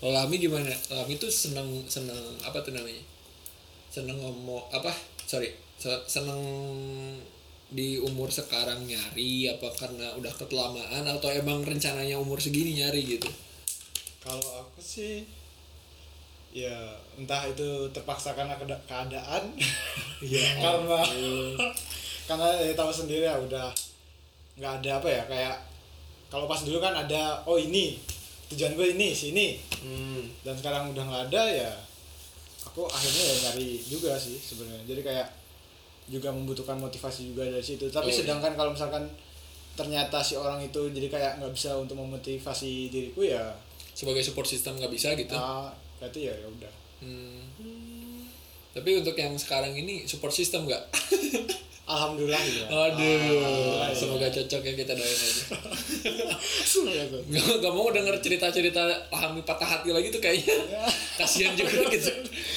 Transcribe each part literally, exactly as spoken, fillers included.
Kalau Lami gimana? Lami tuh seneng seneng apa tuh namanya? Seneng ngomong apa? Sorry, seneng di umur sekarang nyari apa karena udah ketelamaan atau emang rencananya umur segini nyari gitu? Kalau aku sih ya entah itu terpaksa karena keadaan ya karena karena ya, tahu sendiri ya udah nggak ada apa ya kayak kalau pas dulu kan ada oh ini tujuan gue ini sini hmm. dan sekarang udah nggak ada ya aku akhirnya ya nyari juga sih sebenarnya jadi kayak juga membutuhkan motivasi juga dari situ tapi oh, sedangkan iya. Kalau misalkan ternyata si orang itu jadi kayak nggak bisa untuk memotivasi diriku ya sebagai support system nggak bisa gitu ah berarti ya ya udah hmm. hmm. Tapi untuk yang sekarang ini support system nggak? Alhamdulillah ya. Aduh, ah, semoga ya. Cocok ya kita doain aja. Gak, gak mau denger cerita-cerita Hami patah hati lagi tuh kayaknya kasihan juga gitu.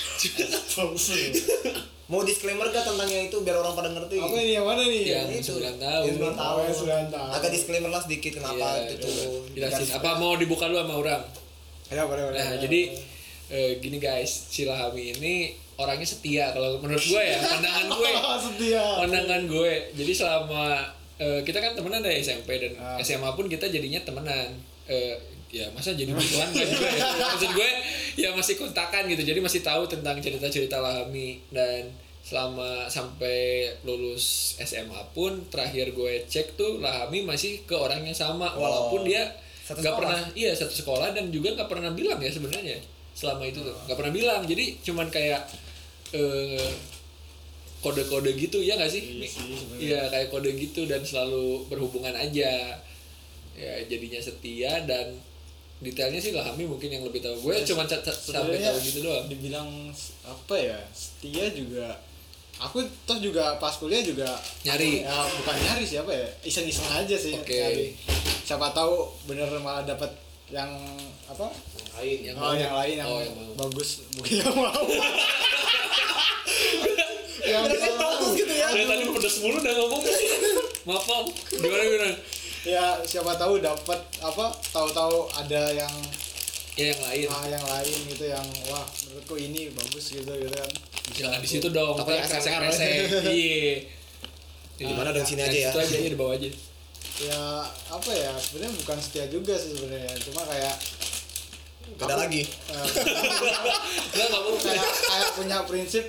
Mau disclaimer gak tentang yang itu biar orang pada ngerti? Apa ini yang mana nih? Yang sembilan tahun. Yang sembilan tahun. Yang sembilan tahun. Agak disclaimer lah sedikit kenapa ya, itu. Ya, apa mau dibuka dulu sama orang? Ya, boleh, boleh. Nah, ya, jadi eh, gini guys, si Lahami ini orangnya setia kalau menurut gue ya, pandangan gue. Setia. Pandangan gue. Jadi selama uh, kita kan temenan dari S M P dan ah. S M A pun kita jadinya temenan. Uh, ya masa jadi musuhan kan juga ya. Maksud gue ya masih kontakan gitu. Jadi masih tahu tentang cerita-cerita Lahami dan selama sampai lulus S M A pun terakhir gue cek tuh Lahami masih ke orang yang sama oh. walaupun dia nggak pernah iya satu sekolah dan juga nggak pernah bilang ya sebenarnya selama itu tuh nggak pernah bilang jadi cuman kayak Uh, kode-kode gitu ya nggak sih? Iya kayak kode gitu dan selalu berhubungan aja ya jadinya setia dan detailnya sih Lahami mungkin yang lebih tahu gue ya, cuma c- c- sampai tahu gitu doang. Dibilang apa ya setia juga aku toh juga pas kuliah juga nyari aku, ya, bukan nyari siapa ya iseng-iseng aja sih okay. nyari siapa tahu bener malah dapat yang apa yang lain yang oh, yang lain yang, oh, yang bagus mungkin yang mau yang bagus gitu ya dari tadi pedes mulu udah ngomong maaf maaf gimana gimana ya siapa tahu dapat apa tahu-tahu ada yang ya yang lain ah yang lain gitu yang wah menurutku ini bagus gitu gitu kan jangan di situ dong apa kresek kresek iya di mana dong sini aja ya itu aja ya di bawah aja ya apa ya sebenarnya bukan setia juga sih sebenarnya cuma kayak beda lagi nggak nggak mau kayak kayak punya prinsip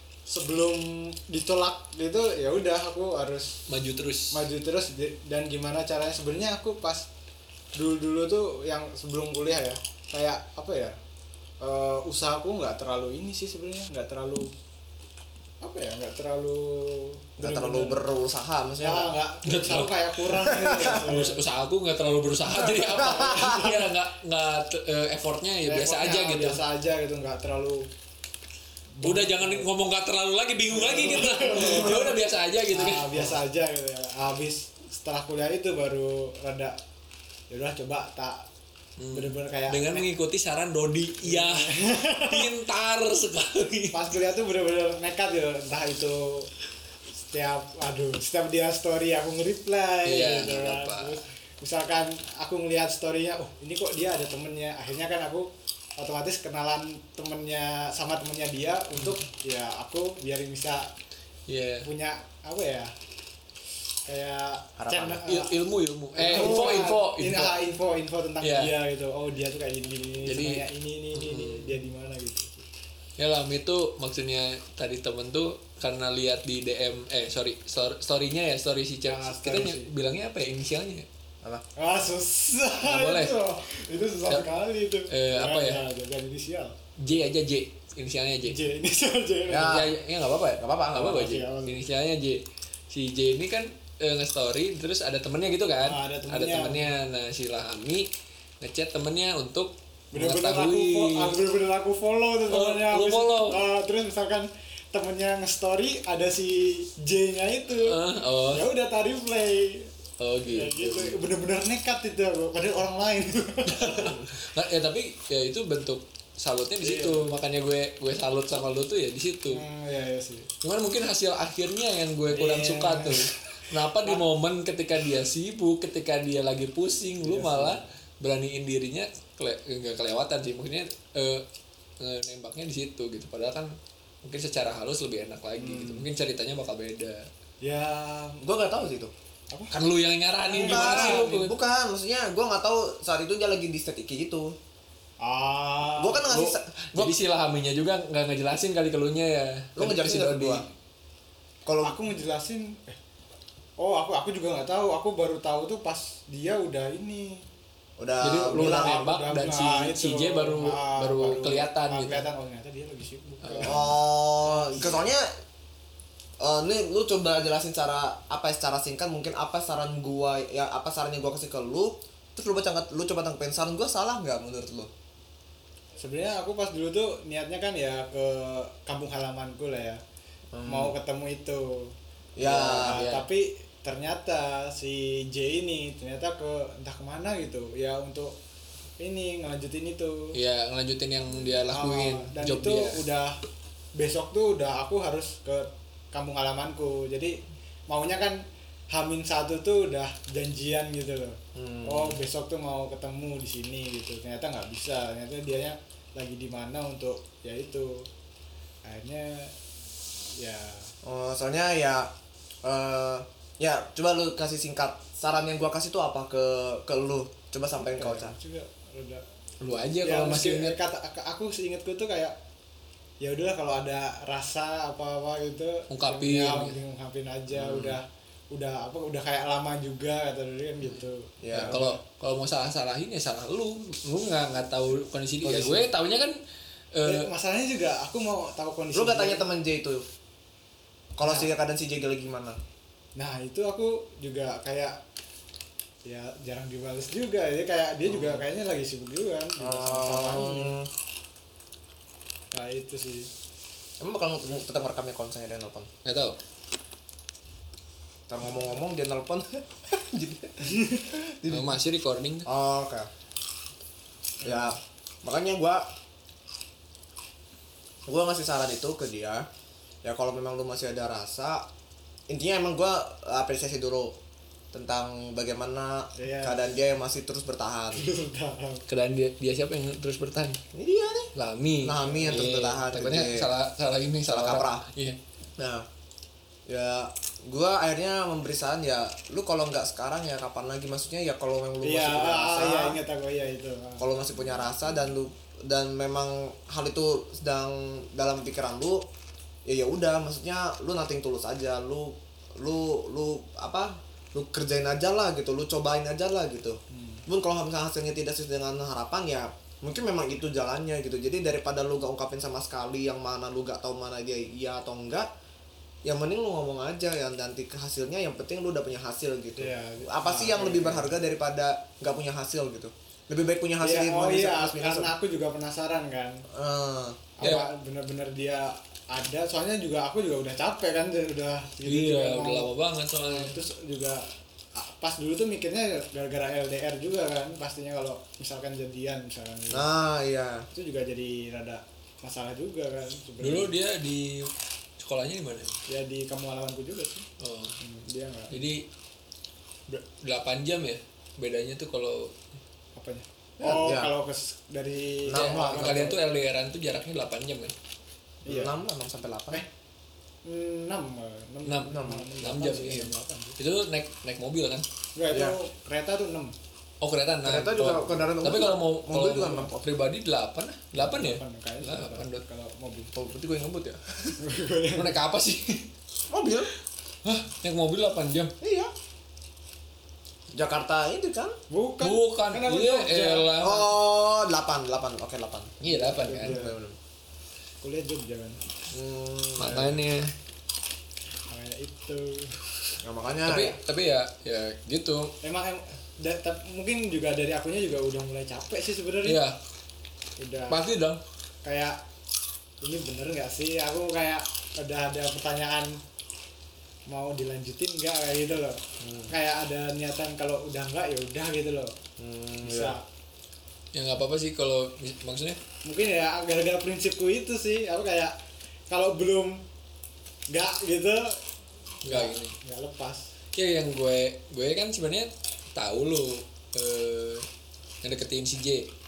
sebelum ditolak gitu ya udah aku harus maju terus maju terus dan gimana caranya sebenarnya aku pas dulu dulu tuh yang sebelum kuliah ya kayak apa ya uh, usahaku nggak terlalu ini sih sebenarnya nggak terlalu apa ya nggak terlalu nggak terlalu berusaha maksudnya ya, nggak nggak terlalu kayak kurang gitu. Usaha aku nggak terlalu berusaha jadi apa ya nggak nggak uh, effortnya ya biasa aja gitu biasa aja gitu nggak terlalu udah jangan ngomong nggak terlalu lagi bingung lagi gitu ya udah biasa aja gitu kan ah, biasa aja gitu ya habis setelah kuliah itu baru rada ya udah coba tak hmm. bener-bener kayak dengan nek- mengikuti saran Dodi iya pintar sekali pas kuliah tuh bener-bener nekat gitu entah itu setiap aduh setiap dia story aku nge-reply iya, gitu kan terus misalkan aku ngelihat story-nya oh ini kok dia ada temennya akhirnya kan aku otomatis kenalan temennya sama temennya dia hmm. untuk ya aku biar bisa yeah. punya apa ya kayak channel Il- ilmu ilmu eh info info info info, info, info tentang yeah. dia gitu oh dia tuh kayak gini gini jadi kayak ini ini ini, ini hmm. dia di mana gitu ya Lam itu maksudnya tadi temen tuh karena lihat di D M eh sorry story-nya ya story si cewek nah, kita si. bilangnya apa ya inisialnya apa? Ah susah nggak boleh itu, itu susah ya. sekali itu eh, apa ya? Jangan inisial J aja J inisialnya J J inisial J ya ya nggak apa-apa ya nggak apa-apa nggak apa-apa J inisialnya J si J ini kan e, nge-story terus ada temennya gitu kan nah, ada temennya ada temennya nah si Lahami ngechat temennya untuk bener-bener aku, fo- bener-bener aku follow tuh oh, temennya lu follow uh, terus misalkan temennya nge-story ada si J-nya itu uh, oh. ya udah tadi play oh gitu. Ya, gitu bener-bener nekat itu padahal orang lain nah, ya tapi ya itu bentuk salutnya di situ iya. Makanya gue gue salut sama lu tuh ya di situ hmm, iya, iya sih. Cuman mungkin hasil akhirnya yang gue kurang yeah. suka tuh kenapa di momen ketika dia sibuk ketika dia lagi pusing lu yeah, malah sih. Beraniin dirinya kele- nggak kelewatan sih maksudnya eh, nembaknya di situ gitu padahal kan mungkin secara halus lebih enak lagi Hmm. gitu mungkin ceritanya bakal beda Ya, Gue nggak tahu sih itu. kan lu yang nyaranin gimana sih lu Bukan, bukan, maksudnya gue nggak tahu saat itu dia lagi di state iki gitu. ah, Gue kan ngasih, Lu- sa- gua, jadi si Lahaminya juga nggak ngejelasin kali keluarnya ya lu Kan ngejelasin si nggak ke Dodi. gue? Kalau aku ngejelasin eh, oh aku aku juga nggak tahu, aku baru tahu tuh pas dia udah ini udah Jadi lu udah bilang, nembak udah- dan si nah, si itu. J baru Ah, baru kelihatan ah, gitu kelihatan oh ternyata dia lagi sibuk. oh, soalnya eh nih lu coba jelasin cara apa ya, secara singkat mungkin apa saran gua ya apa sarannya gua kasih ke lu terus lu baca lu coba tangkapin saran gua salah nggak menurut lu? Sebenarnya aku pas dulu tuh niatnya kan ya ke kampung halamanku lah ya. Hmm. Mau ketemu itu. Ya, Nah, ya. tapi ternyata si J ini ternyata ke entah kemana gitu. Ya untuk ini ngelanjutin itu. ya ngelanjutin yang dia lakuin Ah, dan job itu dia udah besok tuh udah aku harus ke kampung halamanku. Jadi maunya kan Hamin satu tuh udah janjian gitu loh. Hmm. Oh besok tuh mau ketemu di sini gitu. Ternyata nggak bisa. Ternyata dianya lagi di mana untuk ya itu. Akhirnya ya Oh, soalnya ya eh ya coba lu kasih singkat saran yang gua kasih tuh apa ke ke lu coba sampaikan ke Ocha. juga udah. lu aja Ya, kalau masih meski- inget kata aku seingatku tuh kayak ya udahlah kalau ada rasa apa-apa gitu Ungkapin. ya, mending ungkapin aja udah udah apa udah kayak lama juga kata dulu kan gitu Ya, Ya, kalau kalau mau salah salahin ya salah lu lu nggak nggak tahu kondisi dia Kondisi. gue taunya kan eh, Eh, masalahnya juga aku mau tahu kondisi Lu gak dia. tanya temen J itu kalau Nah. si keadaan si J lagi gimana? Nah itu aku juga kayak ya jarang dibales juga ya kayak dia juga kayaknya lagi sibuk juga kan juga sama-sama ini. Oh, Nah itu sih emang bakal tetap merekamnya kalau misalnya dia nelfon? nggak tahu Ntar ngomong-ngomong dia nelfon. Jadi Oh, masih recording tuh. oh, oke. Ya, makanya gua gua ngasih saran itu ke dia. Ya kalau memang lu masih ada rasa, intinya emang gua apresiasi dulu tentang bagaimana Iya. keadaan dia yang masih terus bertahan. Keadaan dia, dia siapa yang terus bertahan Ini dia nih. Lami Lami yang terus Iya, bertahan, takutnya gede. salah salah ini Salah salah kaprah. orang. Iya Nah, ya gua akhirnya memberi saran ya, lu kalau nggak sekarang ya kapan lagi, maksudnya ya kalau memang lu iya masih punya ah, rasa, iya ingat aku iya itu ah. kalau masih punya rasa dan lu dan memang hal itu sedang dalam pikiran lu, ya ya udah, maksudnya lu nothing tulus aja, lu lu lu apa, lu kerjain aja lah gitu, lu cobain aja lah gitu. Hmm. Pun kalau misalnya hasilnya tidak sesuai dengan harapan ya mungkin memang itu jalannya gitu. Jadi daripada lu gak ungkapin sama sekali yang mana lu gak tahu mana dia iya atau enggak, yang mending lu ngomong aja yang nanti ke hasilnya, yang penting lu udah punya hasil gitu. Iya. Apa sih yang Ah, lebih iya. berharga daripada nggak punya hasil gitu? Lebih baik punya hasil Iya, di oh bisa iya plus minus. karena aku juga penasaran kan Eh, Iya. apa benar-benar dia ada, soalnya juga aku juga udah capek kan udah gitu iya juga udah mau- lama banget soalnya terus juga ah, pas dulu tuh mikirnya gara-gara L D R juga kan pastinya kalau misalkan jadian misalkan gitu. nah iya. Itu juga jadi rada masalah juga kan sebenarnya. dulu dia di sekolahnya di mana ya di kampung halamanku juga sih. oh Hmm, dia nggak jadi ber- delapan jam ya bedanya tuh kalau apanya Ya, oh ya. kalau kes dari Enam ya, lah, kalau- kalian tuh L D R-an tuh jaraknya delapan jam kan Iya. enam lah, enam sampai delapan. Eh, enam enam enam. enam jam iya itu naik naik mobil kan Enggak, itu Iya. kereta tuh enam oh kereta enam Kereta juga Kalau- kendaraan umum tapi kalau mau mobil kalau juga mau enam kok. pribadi delapan lah delapan ya Delapan, kayaknya delapan delapan. dot Kalau mobil Oh, berarti gue yang ngebut ya? lu naik apa sih Mobil? hah naik mobil delapan jam Iya. Jakarta itu kan? bukan bukan Kan aku iya Jogja. elah Oh, delapan, delapan. Oke, delapan. iya delapan kan Iya. Bener-bener. kuliah Jogja kan Hmm, makanya makanya itu ya, makanya tapi tapi ya ya gitu emang em, da- tap- mungkin juga dari akunya juga udah mulai capek sih sebenarnya iya udah pasti dong kayak ini bener nggak sih, aku kayak udah ada pertanyaan mau dilanjutin nggak kayak gitu loh. Kayak ada niatan kalau udah nggak ya udah gitu loh, hmm, bisa. ya nggak apa-apa sih kalau maksudnya Mungkin ya gara-gara prinsipku itu sih, aku kayak kalau belum nggak gitu nggak gini nggak lepas. ya yang gue gue kan sebenarnya tahu lu eh, ngedeketin si J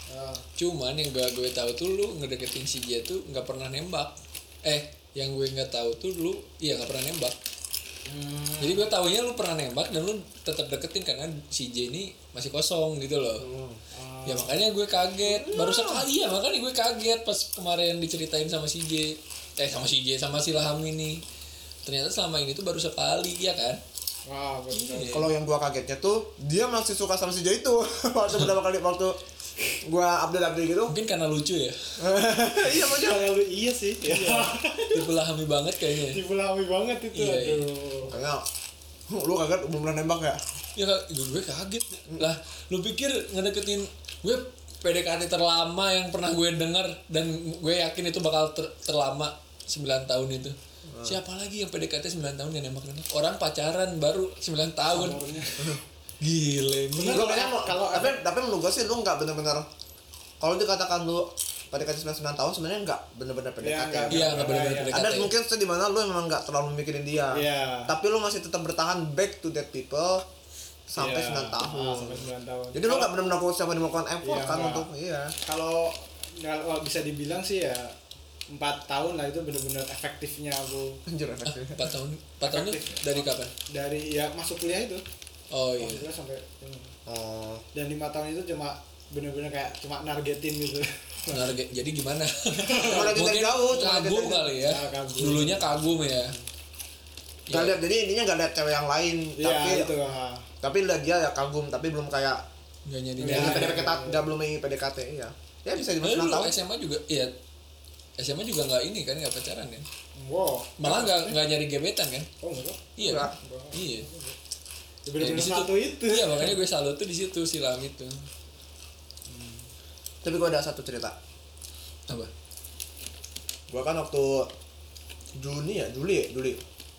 Ah. Cuman yang gak gue tahu tuh lu ngedeketin si J tuh nggak pernah nembak. Eh, yang gue nggak tahu tuh lu iya nggak pernah nembak. Hmm. Jadi gue taunya lu pernah nembak dan lu tetap deketin karena si J ini masih kosong gitu loh. Hmm. Ah. Ya makanya gue kaget. Baru sekali ya makanya gue kaget pas kemarin diceritain sama si J. Eh sama si J sama si Laham ini. Ternyata selama ini tuh baru sekali ya kan? Wah, betul. Iya. Kalau yang gua kagetnya tuh dia masih suka sama si J itu. Waktu pertama kali waktu gua update-update gitu. Mungkin karena lucu ya. Iya makanya. Kalau lu iya sih. Iya. Dipelahami banget kayaknya. Dipelahami banget itu. Iya, iya. Aduh. Kayaknya lu kaget belum pernah nembak ya? Ya gue kaget. Lah, lu pikir ngedeketin gue P D K T terlama yang pernah gue denger dan gue yakin itu bakal ter- terlama sembilan tahun itu. Hmm. Siapa lagi yang P D K T sembilan tahun yang nembak-nembak? Orang pacaran baru sembilan tahun. Gile. Bener, lu kayaknya kalau tapi tapi menurut gua sih lu enggak benar-benar kalau dikatakan lu P D K T sembilan puluh sembilan tahun sebenarnya enggak benar-benar P D K T. Iya, enggak benar-benar P D K T. Ada mungkin di mana lu memang enggak terlalu mikirin dia. Iya. Tapi lu masih tetap bertahan back to that people sampai sembilan tahun. Ah, sampai sembilan tahun. Jadi lu enggak benar-benar fokus sama melakukan effort Iya, kan enggak. untuk iya. Kalau kalau bisa dibilang sih ya empat tahun lah itu benar-benar efektifnya aku. Anjir efektif. empat tahun. empat tahun itu dari kapan? Dari ya masuk kuliah itu. Oh iya. Kuliah sampai Oh. dan lima tahun itu cuma bener-bener kayak cuma nargetin gitu. Narget. Jadi gimana? nargetin Mungkin jauh, cuma kagum nargetin. kali ya. Nah, kagum. Dulunya kagum ya. Gak lihat, jadi intinya gak lihat cewek yang lain, Iya tapi itu. Ha. tapi lihat dia ya kagum, tapi belum kayak Enggak nyari. Iya, ya, iya, P D K T, iya. nggak belum P D K T ya. Ya bisa di Lalu sembilan lu tahun. S M A juga iya. S M A juga nggak ini kan nggak pacaran kan? Wow. Malah nggak nggak nyari gebetan kan? Oh enggak. Iya. Enggak. Kan? Iya. Ya, bener-bener Ya, di situ- satu itu. Iya makanya gue salut tuh di situ silam itu. Tapi gua ada satu cerita. Apa? Gua kan waktu Juni ya, Juli ya, Juli.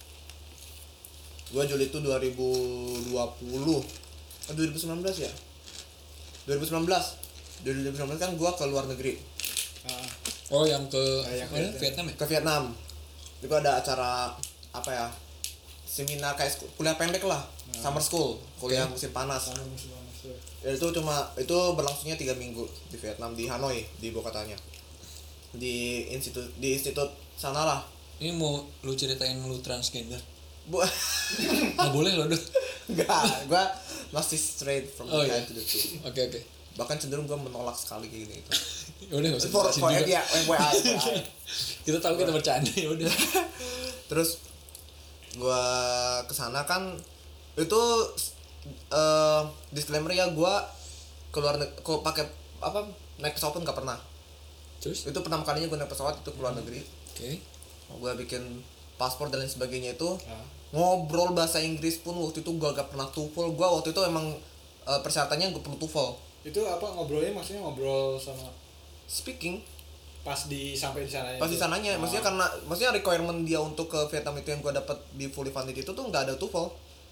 Gua Juli itu dua ribu dua puluh. Eh, dua ribu sembilan belas ya? dua ribu sembilan belas. dua ribu sembilan belas kan gua ke luar negeri, Ah, Oh yang ke Ah, yang mana? Vietnam. Vietnam ya? ke Vietnam. Jadi gua ada acara apa ya? Seminar kayak sku- kuliah pendek lah, summer school, kuliah Oke. musim panas. sama musim panas tuh. Ya, itu cuma itu berlangsungnya tiga minggu di Vietnam, di Hanoi, di ibu kotanya, di institut di institut sana lah. Ini mau lu ceritain lu transgender? Bu Nggak boleh loh dong. enggak, gua masih straight from the Oh, head iya. to the toe. Oke oke. Bahkan cenderung gua menolak sekali kayak gini itu. Ya udah nggak usah For dijelasin for juga. ya, F Y I, F Y I. Kita tahu kita bercanda ya udah. Terus gua kesana kan itu eh disclaimer ya, gua keluar kok pakai apa naik pesawat pun nggak pernah. Terus? Itu pertama kalinya gua naik pesawat itu keluar negeri. Oke. Gua bikin paspor dan lain sebagainya itu. Ah. Ngobrol bahasa Inggris pun waktu itu gua gak pernah TOEFL. Gua waktu itu emang eh, persyaratannya gua perlu TOEFL. Itu apa ngobrolnya maksudnya ngobrol sama Speaking pas di sampai di sana pas di sananya, Ah. maksudnya karena maksudnya requirement dia untuk ke Vietnam itu yang gua dapat di fully funded itu tuh nggak ada TOEFL.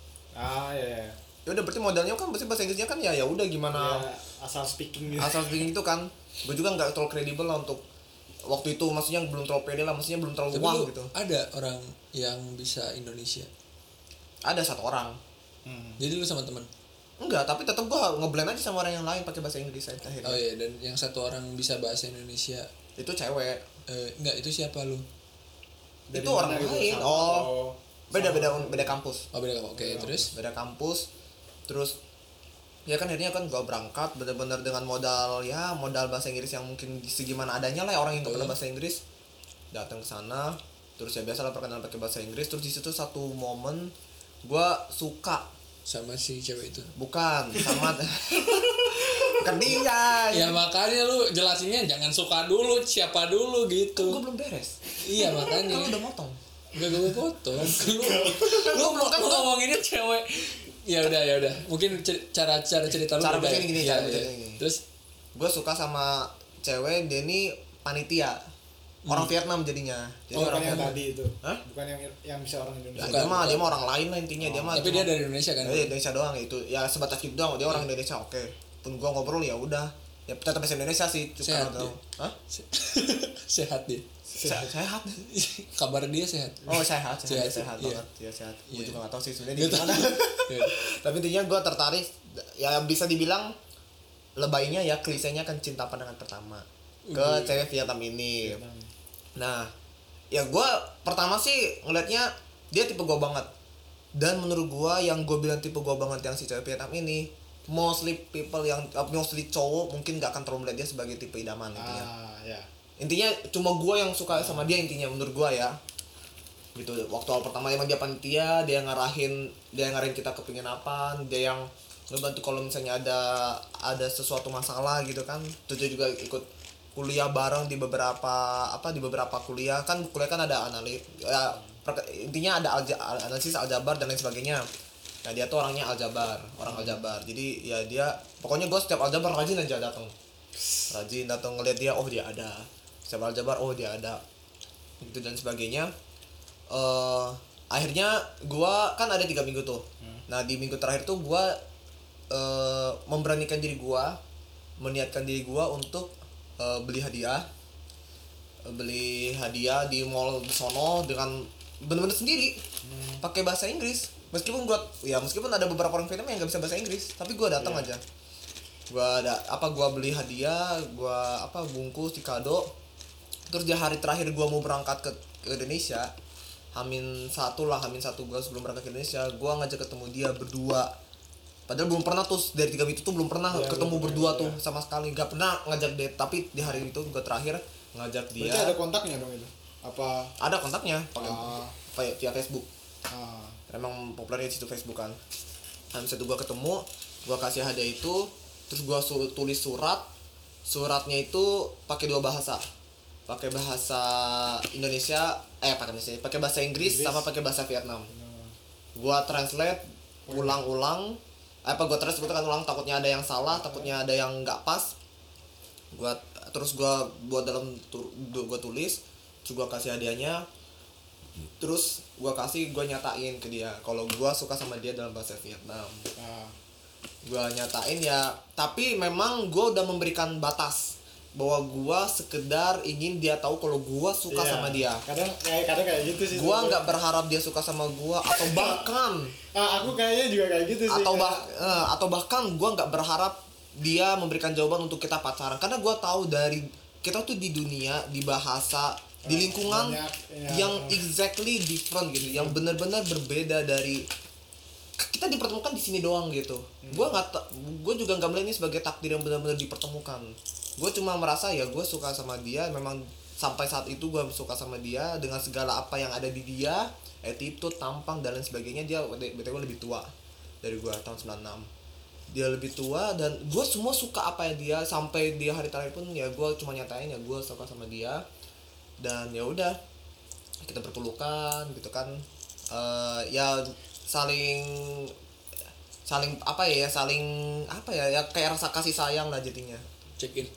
Ah ya. ya. Ya udah berarti modalnya kan berarti bahasa Inggrisnya kan ya ya udah gimana Ya, asal speaking gitu. asal speaking itu kan. Gue juga nggak terlalu kredibel lah untuk waktu itu, maksudnya belum terlalu pede lah, maksudnya belum terlalu Tapi wah lu gitu. ada orang yang bisa Indonesia. Ada satu orang. Hmm. Jadi lu sama temen. Enggak, tapi tetap gua ngeblend aja sama orang yang lain pakai bahasa Inggris aja akhirnya. Oh iya dan yang satu orang bisa bahasa Indonesia. Itu cewek. Eh, enggak itu siapa lu? Dari Itu orang mana gitu? lain. Sama- Oh. Beda sama- beda beda kampus. Oh beda oke Beda terus. Beda kampus. Terus ya kan akhirnya kan gua berangkat bener-bener dengan modal ya modal bahasa Inggris yang mungkin segimana adanya lah ya, orang yang nggak pernah Betul. bahasa Inggris. Datang ke sana, terus ya biasalah perkenalan pakai bahasa Inggris. Terus di situ satu momen gua suka, Sama si cewek itu. bukan sama bukan dia. Ya makanya lu jelasinnya jangan suka dulu siapa dulu Kan gitu. gua belum beres. Iya Kan makanya. lu udah motong. Gak gue potong. Lu lu mau kan ngomonginnya cewek. Ya udah ya udah. Mungkin cer- cara cara cerita lu Cara beda bikin ya? gini, Iya, cara iya. bikin gini. Terus Gue suka sama cewek, dia ini panitia. Orang Vietnam jadinya. Jadi Oh, orang bukan yang Vietnam. tadi itu. Hah? Bukan yang yang bisa orang Ya, Indonesia. dia Bukan, mah bukan. dia mah orang lain lah intinya, dia mah. tapi cuma- dia dari Indonesia kan? Dari Indonesia doang itu. Ya sebatas gitu doang, dia orang Indonesia, oke. Pun gua ngobrol ya udah. Ya tetap bahasa Indonesia sih, cuma Sehat tahu. dia? Hah? Se- sehat dia. Se- Sehat. Kabar dia sehat. Oh, sehat, sehat, Sehat, sehat, iya. banget. Dia sehat. Gue Iya. juga gak tahu sih sebenarnya dia Gitu. gimana. Ya. Tapi intinya gua tertarik, ya bisa dibilang lebaynya ya klisenya kan cinta pandangan pertama ke Uh. cewek Vietnam ini. Vietnam. Nah, ya gue pertama sih ngelihatnya dia tipe gue banget. Dan menurut gue yang gue bilang tipe gue banget yang si cewek Vietnam ini, mostly people yang uh, mostly cowok mungkin gak akan terlalu melihat dia sebagai tipe idaman intinya. Ah, ya. Intinya cuma gue yang suka sama dia intinya menurut gue ya. Gitu. Waktu awal pertama emang dia panitia, dia ngarahin, dia ngarahin kita kepingin apa, dia yang ngebantu kalau misalnya ada ada sesuatu masalah gitu kan. Terus dia juga ikut kuliah bareng di beberapa apa di beberapa kuliah kan kuliah kan ada analis ya, intinya ada alja, analisis aljabar dan lain sebagainya. Nah dia tuh orangnya aljabar orang aljabar jadi ya dia pokoknya gue setiap aljabar rajin aja datang rajin datang ngeliat dia, oh dia ada setiap aljabar, oh dia ada gitu dan sebagainya. Uh, akhirnya gue kan ada tiga minggu tuh. Nah di minggu terakhir tuh gue uh, memberanikan diri gue meniatkan diri gue untuk Uh, beli hadiah uh, beli hadiah di mall di sono dengan benar-benar sendiri hmm. pakai bahasa Inggris meskipun gua ya meskipun ada beberapa orang Vietnam yang nggak bisa bahasa Inggris tapi gua datang yeah. aja gua ada apa gua beli hadiah gua apa bungkus di kado terus di hari terakhir gua mau berangkat ke, ke Indonesia hamin satu lah hamin satu gua sebelum berangkat ke Indonesia gua ngajak ketemu dia berdua. Padahal belum pernah tuh dari tiga itu tuh belum pernah ya, ketemu belum berdua pernah, tuh ya. Sama sekali nggak pernah ngajak date tapi di hari itu gue terakhir ngajak dia. Berarti ada kontaknya dong itu? Apa? Ada kontaknya pakai ah. via Facebook. Ah. Emang populer di situ Facebook kan. Habis itu gue ketemu, gue kasih hadiah itu, terus gue su- tulis surat. Suratnya itu pakai dua bahasa, pakai bahasa Indonesia, eh pakai Indonesia, pakai bahasa Inggris, Inggris sama pakai bahasa Vietnam. Hmm. Gue translate, ulang-ulang. Apa gue terus gue tekan ulang takutnya ada yang salah takutnya ada yang nggak pas gue terus gue buat dalam tu, gue tulis terus gue kasih hadiahnya terus gue kasih gue nyatain ke dia kalau gue suka sama dia dalam bahasa Vietnam. Nah. Gue nyatain ya tapi memang gue udah memberikan batas bahwa gue sekedar ingin dia tahu kalau gue suka yeah. sama dia. Kadang kayak kadang kayak gitu sih. Gue nggak berharap dia suka sama gue atau bahkan. ah, aku kayaknya juga kayak gitu sih. Atau bah uh, atau bahkan gue nggak berharap dia memberikan jawaban untuk kita pacaran karena gue tahu dari kita tuh di dunia di bahasa di lingkungan banyak, ya. Yang exactly different gitu, yang benar-benar berbeda dari kita dipertemukan di sini doang gitu. Hmm. Gue nggak, gue juga nggak melihat ini sebagai takdir yang benar-benar dipertemukan. Gue cuma merasa ya gue suka sama dia, memang sampai saat itu gue suka sama dia dengan segala apa yang ada di dia, attitude, tampang dan lain sebagainya. Dia btw lebih tua dari gue tahun sembilan enam. Dia lebih tua dan gue semua suka apa yang dia sampai di hari terakhir pun ya gue cuma nyatain ya gue suka sama dia dan ya udah kita berpelukan gitu kan. Uh, ya saling saling apa ya saling apa ya ya kayak rasa kasih sayang lah jadinya. Check in.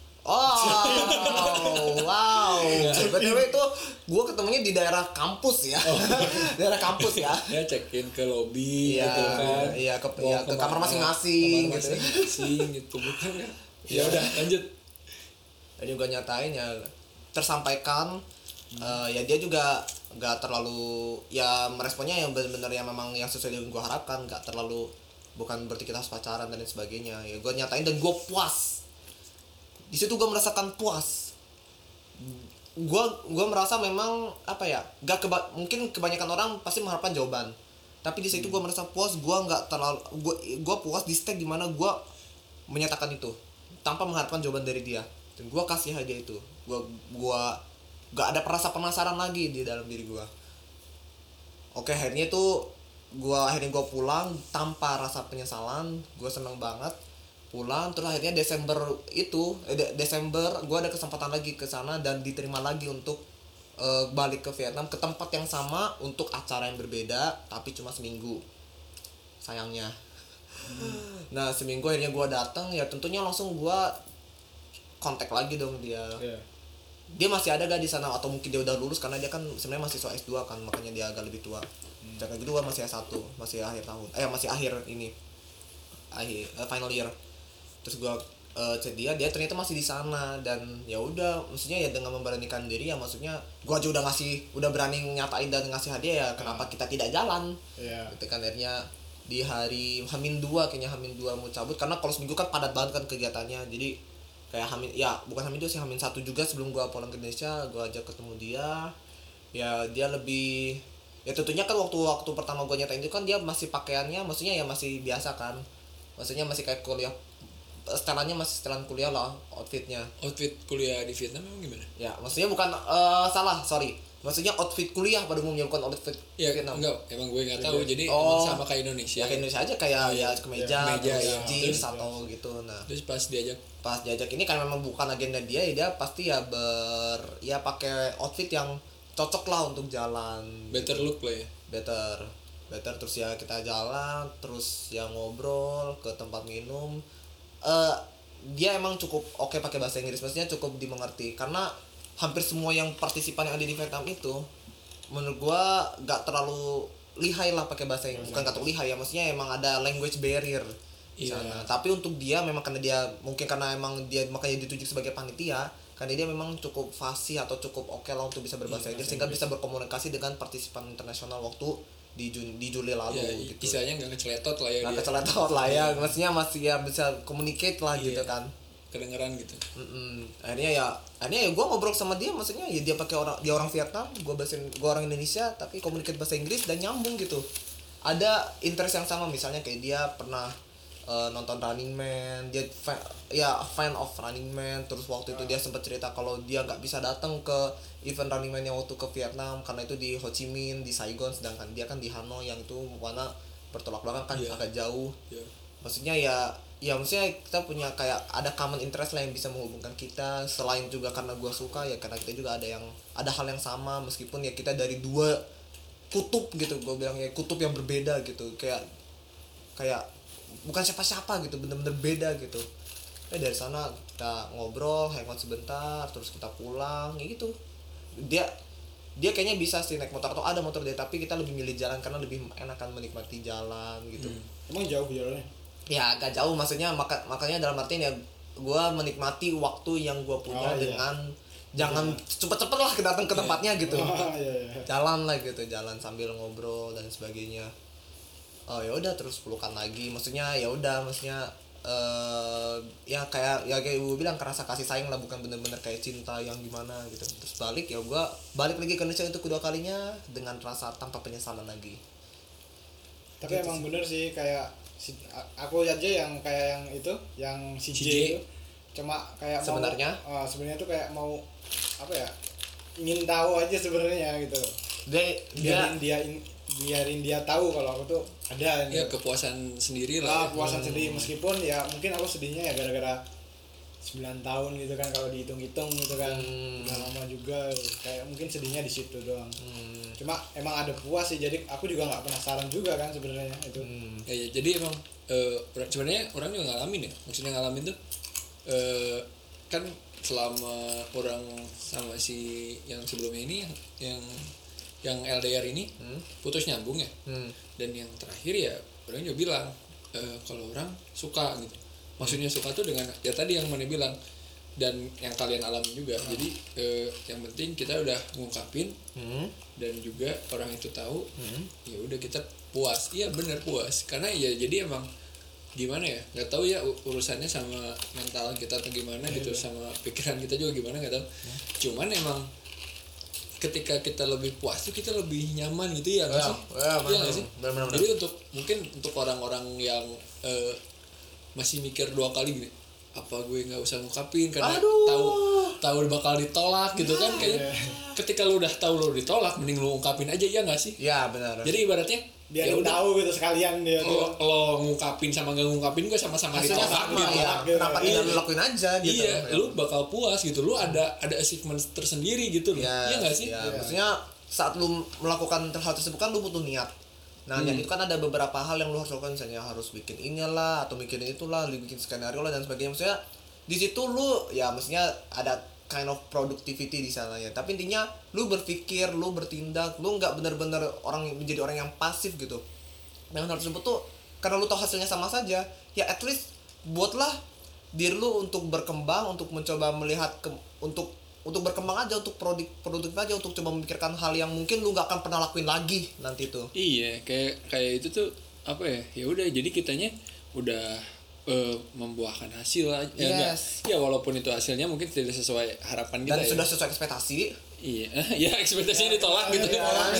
Oh, wow. B T W itu gue ketemunya di daerah kampus ya. Oh. Daerah kampus ya. Ya check in ke lobby ya, gitu kan. Iya, ke, ya, ke, ke kamar masing-masing kamar gitu. Masing-masing gitu bukan ya. Ya udah lanjut. Dan juga nyatain ya tersampaikan hmm. uh, ya dia juga nggak terlalu ya meresponnya yang benar-benar yang memang yang sesuai dengan gue harapkan, nggak terlalu bukan berarti kita harus pacaran dan lain sebagainya. Ya gue nyatain dan gue puas. Di situ gue merasakan puas. Gue gue merasa memang apa ya, gak keba- mungkin kebanyakan orang pasti mengharapkan jawaban. Tapi di situ gue merasa puas. Gue nggak terlalu gue gue puas di stage dimana gue menyatakan itu tanpa mengharapkan jawaban dari dia. Dan gue kasih hadiah itu. Gue gue gak ada rasa penasaran lagi di dalam diri gue. Oke, akhirnya itu gue akhirnya gue pulang tanpa rasa penyesalan. Gue seneng banget pulang. Terus akhirnya Desember itu eh, De- Desember gue ada kesempatan lagi ke sana dan diterima lagi untuk uh, balik ke Vietnam ke tempat yang sama untuk acara yang berbeda tapi cuma seminggu sayangnya. hmm. Nah seminggu akhirnya gue datang ya tentunya langsung gue kontak lagi dong dia. yeah. Dia masih ada gak di sana atau mungkin dia udah lulus karena dia kan sebenarnya mahasiswa S dua kan, makanya dia agak lebih tua. hmm. Jangan gitu gue masih S satu, masih akhir tahun eh masih akhir ini akhir uh, final year. Terus gue uh, chat dia, dia ternyata masih di sana dan ya udah, maksudnya ya dengan memberanikan diri ya maksudnya gue aja udah ngasih, udah berani nyatain dan ngasih hadiah ya kenapa kita tidak jalan? Yeah. Gitu kan akhirnya di hari Hamin dua kayaknya Hamin dua mau cabut karena kalau seminggu kan padat banget kan kegiatannya. Jadi kayak Hamin ya bukan Hamin dua sih, Hamin satu juga sebelum gua pulang ke Indonesia, gua ajak ketemu dia. Ya dia lebih ya tentunya kan waktu-waktu pertama gua nyatain itu kan dia masih pakaiannya maksudnya ya masih biasa kan. Maksudnya masih kayak kuliah, setelannya masih setelan kuliah lah outfitnya. Outfit kuliah di Vietnam memang gimana? Ya maksudnya bukan uh, salah sorry maksudnya outfit kuliah pada umumnya bukan outfit Ya Vietnam. enggak, emang gue nggak tahu. Jadi Oh. emang sama kayak Indonesia. Ya kayak Indonesia aja kayak ya kemeja, Ya, kemeja, terus ya. jeans Terus- atau gitu. Nah Terus pas diajak pas diajak ini karena memang bukan agenda dia ya dia pasti ya ber ya pakai outfit yang cocok lah untuk jalan. better look lah ya. better better terus ya kita jalan terus ya ngobrol ke tempat minum. eh dia emang cukup oke pakai bahasa Inggris, maksudnya cukup dimengerti karena hampir semua yang partisipan yang ada di Vietnam itu menurut gua gak terlalu lihai lah pakai bahasa Inggris, bukan gak terlalu lihai ya, maksudnya emang ada language barrier di Iya. sana. Tapi untuk dia memang karena dia mungkin karena emang dia makanya ditunjuk sebagai panitia karena dia memang cukup fasih atau cukup oke lah untuk bisa berbahasa Inggris sehingga bisa berkomunikasi dengan partisipan internasional waktu di Juni, di Juli lalu Ya, gitu. istilahnya nggak keceletot lah ya Nggak dia. keceletot lah ya, maksudnya masih ya bisa communicate lah Iya. gitu kan. Kedengeran gitu. Mm-mm. Akhirnya ya, akhirnya ya gue ngobrol sama dia, maksudnya ya dia pakai orang dia orang Vietnam, gue bahasa gue orang Indonesia, tapi communicate bahasa Inggris dan nyambung gitu. Ada interest yang sama, misalnya kayak dia pernah uh, nonton Running Man, dia fa- ya fan of Running Man, terus waktu itu dia sempat cerita kalau dia nggak bisa datang ke event Running Man yang waktu ke Vietnam karena itu di Ho Chi Minh, di Saigon, sedangkan dia kan di Hanoi yang itu mana bertolak belakang kan Iya. agak jauh. Ya. Maksudnya ya ya maksudnya kita punya kayak ada common interest lah yang bisa menghubungkan kita, selain juga karena gua suka ya karena kita juga ada yang ada hal yang sama meskipun ya kita dari dua kutub gitu, gue bilang ya kutub yang berbeda gitu, kayak kayak bukan siapa-siapa gitu, bener-bener beda gitu. Eh dari sana kita ngobrol, hangout sebentar, terus kita pulang ya gitu. Dia dia kayaknya bisa sih naik motor atau ada motor dia, tapi kita lebih milih jalan karena lebih enakan menikmati jalan gitu. Hmm. Emang jauh jalannya? Ya agak jauh, maksudnya maka, makanya dalam artian ya gue menikmati waktu yang gue punya Oh, iya. dengan jangan cepet-cepet lah ke datang ke tempatnya gitu. Oh, iya, iya. Jalan lah gitu, jalan sambil ngobrol dan sebagainya. Oh ya udah terus pelukan lagi, maksudnya ya udah maksudnya eh ya kayak ya kayak gue bilang kerasa kasih sayang lah, bukan bener-bener kayak cinta yang gimana gitu. Terus balik ya gue balik lagi ke Indonesia untuk kedua kalinya dengan rasa tanpa penyesalan lagi. Tapi Gitu emang sih. bener sih kayak si, a- aku aja yang kayak yang itu, yang si Si J, J. itu cuma kayak Sebenarnya? mau, ah, sebenarnya tuh kayak mau apa ya? Ingin tahu aja sebenarnya gitu. Dia dia Biarin dia in- biarin dia tahu kalau aku tuh ada Ya gitu. kepuasan sendiri Lah, lah. ya. puasan sedih meskipun ya mungkin aku sedihnya ya gara-gara sembilan tahun gitu kan kalau dihitung-hitung gitu kan. Hmm. Udah lama juga kayak mungkin sedihnya di situ doang. hmm, Cuma emang ada puas sih, jadi aku juga nggak penasaran juga kan sebenarnya itu. hmm. Ya, ya, jadi emang eh, orang- sebenarnya orang juga ngalamin ya. Maksudnya ngalamin tuh eh, kan selama orang sama si yang sebelumnya ini yang yang yang L D R ini Hmm. putus nyambung ya. Hmm. Dan yang terakhir ya orang juga bilang eh, kalau orang suka gitu. Maksudnya suka tuh dengan ya tadi yang mana bilang dan yang kalian alami juga. Jadi eh, yang penting kita udah ngungkapin Hmm. dan juga orang itu tahu, Hmm. ya udah kita puas. Iya bener puas karena ya jadi emang gimana ya, nggak tahu ya u- urusannya sama mental kita atau gimana gitu, sama pikiran kita juga gimana nggak tahu. Cuman emang ketika kita lebih puas tuh kita lebih nyaman gitu ya nggak Ya, sih? ya, Iya benar. nggak sih? Benar-benar. Jadi untuk mungkin untuk orang-orang yang eh, masih mikir dua kali gini, apa gue nggak usah ngungkapin karena Aduh. tahu tahu bakal ditolak gitu kan, kayak ketika lu udah tahu lu ditolak mending lu ungkapin aja ya nggak sih? Ya benar. Jadi ibaratnya Biar ya dia udah, tahu gitu sekalian dia lo, tuh. lo ngungkapin sama gak ngungkapin gue sama-sama hasilnya ditolak sama gitu. ya. gitu. Kenapa Iya. tidak lu lakuin aja gitu? Iya, Ya. lu bakal puas gitu. Lu ada ada achievement tersendiri gitu loh. Ya, Iya nggak sih? ya, Iya. maksudnya saat lu melakukan hal tersebut kan lu butuh niat. Nah, Hmm. yang itu kan ada beberapa hal yang lu harus lakukan, misalnya harus bikin inilah atau mikirin itulah, lu bikin skenario lah dan sebagainya. Maksudnya di situ lu ya maksudnya ada kind of productivity di sana ya. Tapi intinya lu berpikir, lu bertindak, lu nggak benar-benar orang menjadi orang yang pasif gitu. Dan hal tersebut tuh karena lu tahu hasilnya sama saja, ya at least buatlah diri lu untuk berkembang, untuk mencoba melihat ke, untuk untuk berkembang aja, untuk produk produktif aja, untuk coba memikirkan hal yang mungkin lu nggak akan pernah lakuin lagi nanti tuh. Iya, kayak kayak itu tuh apa ya ya udah jadi kitanya udah uh, membuahkan hasil aja ya, yes. ya walaupun itu hasilnya mungkin tidak sesuai harapan kita dan ya. sudah sesuai ekspektasi. Iya ya ekspektasinya ditolak gitu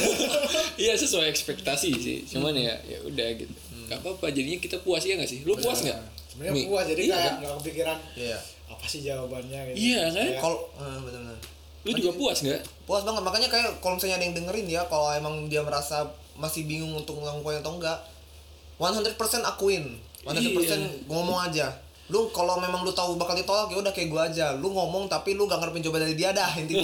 iya sesuai ekspektasi sih cuman ya ya udah gitu nggak apa-apa jadinya kita puas ya nggak sih lu puas nggak sebenarnya puas jadi iya, kayak kan? nggak kepikiran Iya. apa sih jawabannya gitu. Iya kan Kalau uh, benar-benar lu juga puas nggak puas banget makanya kayak kalau misalnya ada yang dengerin ya kalau emang dia merasa masih bingung untuk melakukan atau enggak seratus persen akuin seratus persen iya. ngomong aja lu kalau memang lu tahu bakal ditolak ya udah kayak gua aja lu ngomong tapi lu gak ngarepin coba dari dia dah intinya.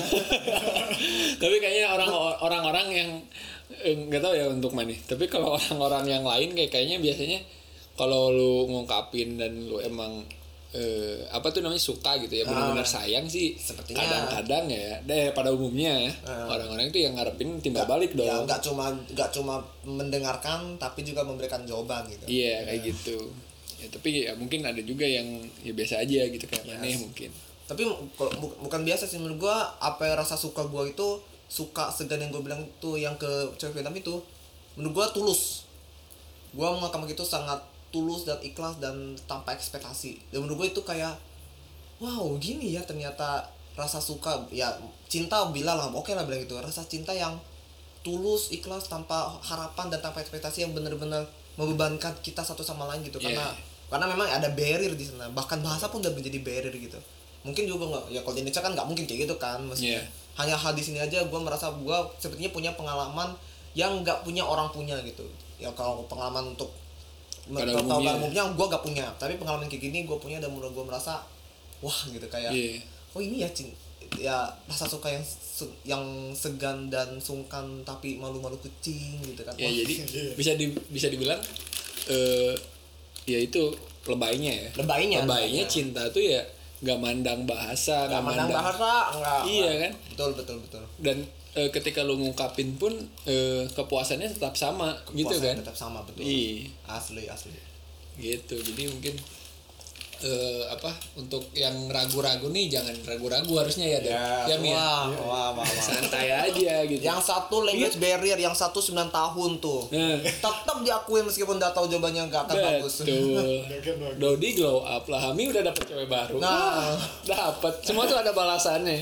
Tapi kayaknya orang orang-orang yang nggak eh, tahu ya untuk mana tapi kalau orang-orang yang lain kayak kayaknya biasanya kalau lu ngungkapin dan lu emang eh, apa tuh namanya suka gitu ya benar-benar sayang sih sepertinya kadang-kadang ya deh pada umumnya ya uh, orang-orang itu yang ngarepin timbal gak, balik dong ya nggak cuma nggak cuma mendengarkan tapi juga memberikan jawaban gitu iya kayak ya. Gitu ya tapi ya mungkin ada juga yang ya biasa aja gitu kayak yes. Aneh mungkin tapi kalau bukan biasa sih menurut gua apa rasa suka gua itu suka segan yang gua bilang itu yang ke cewek Vietnam itu menurut gua tulus gua menganggap itu sangat tulus dan ikhlas dan tanpa ekspektasi dan menurut gue itu kayak wow gini ya ternyata rasa suka ya cinta bila lah oke lah bilang gitu rasa cinta yang tulus ikhlas tanpa harapan dan tanpa ekspektasi yang benar-benar membebankan kita satu sama lain gitu karena yeah. karena memang ada barrier di sana bahkan bahasa pun udah menjadi barrier gitu mungkin juga nggak ya kalau di Indonesia kan nggak mungkin kayak gitu kan maksudnya yeah. hanya hal di sini aja gue merasa gue sepertinya punya pengalaman yang nggak punya orang punya gitu ya kalau pengalaman untuk pada kalau umumnya, umumnya gue gak punya tapi pengalaman kayak gini gue punya dan menurut gue merasa wah gitu kayak yeah. oh ini ya cing ya rasa suka yang yang segan dan sungkan tapi malu-malu kucing gitu kan ya jadi bisa di, bisa dibilang uh, ya itu lebaynya ya lebaynya lebaynya cinta tuh ya nggak mandang bahasa nggak mandang bahasa enggak iya kan betul betul betul dan e, ketika lu ngungkapin pun e, kepuasannya tetap sama kepuasan gitu kan tetap sama betul iya asli asli gitu jadi mungkin e, apa untuk yang ragu-ragu nih jangan ragu-ragu harusnya ya ya, ya, ya wah, wah, wah, wah. santai aja gitu yang satu language barrier yang satu sembilan tahun tuh nah. tetap diakui meskipun udah tahu jawabannya nggak akan bagus betul Dodi glow up lah Hami udah dapet cewek baru nah dapet semua tuh ada balasannya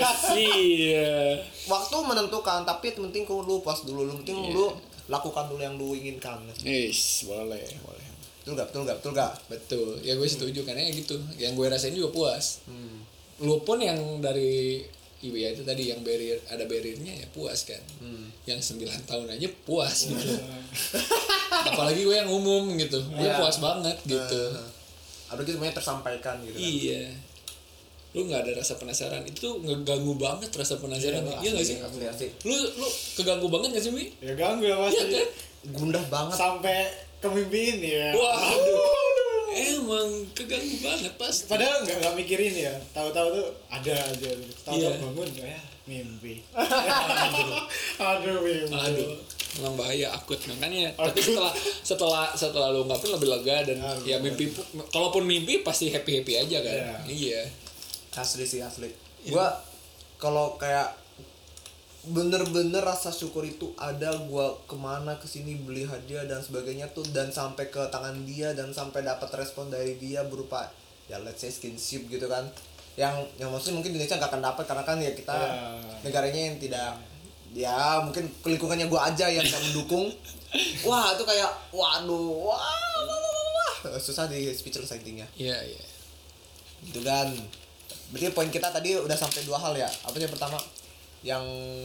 iya waktu menentukan tapi penting kau lu puas dulu lu penting yeah. lu lakukan dulu yang lu inginkan yes boleh boleh betul gak betul gak betul gak betul ya gue setuju karena ya gitu yang gue rasain juga puas hmm. lu pun yang dari ibu ya itu tadi yang barrier ada barriernya ya puas kan hmm. yang sembilan tahun aja puas gitu apalagi gue yang umum gitu gue ya. Puas banget gitu uh, apalagi semuanya tersampaikan gitu kan iya lu nggak ada rasa penasaran itu tuh ngeganggu banget rasa penasaran iya ya, nggak sih asli, asli. lu lu keganggu banget nggak sih Mi? Ya ganggu ya pasti ya, kan? Gundah banget sampai kemimpiin ya waduh emang keganggu banget pasti padahal nggak nggak mikirin ya tahu-tahu tuh ada aja tahu-tahu yeah. bangun ya mimpi aduh aduh mimpi aduh memang bahaya akut makanya akut. Tapi setelah setelah setelah lu ungkapin lebih lega dan aduh, ya mimpi kalaupun mimpi pasti happy happy aja kan yeah. Iya asli sih asli yeah. Gua kalau kayak bener-bener rasa syukur itu ada gua kemana kesini beli hadiah dan sebagainya tuh dan sampai ke tangan dia dan sampai dapat respon dari dia berupa ya let's say skinship gitu kan yang yang maksudnya mungkin Indonesia nggak akan dapat karena kan ya kita yeah. negaranya yang tidak ya mungkin lingkungannya gua aja yang tidak mendukung wah itu kayak waduh wah, wah, wah, wah. Susah di speechless intinya iya yeah, iya yeah. Gitu kan berarti poin kita tadi udah sampai dua hal ya apa yang pertama yang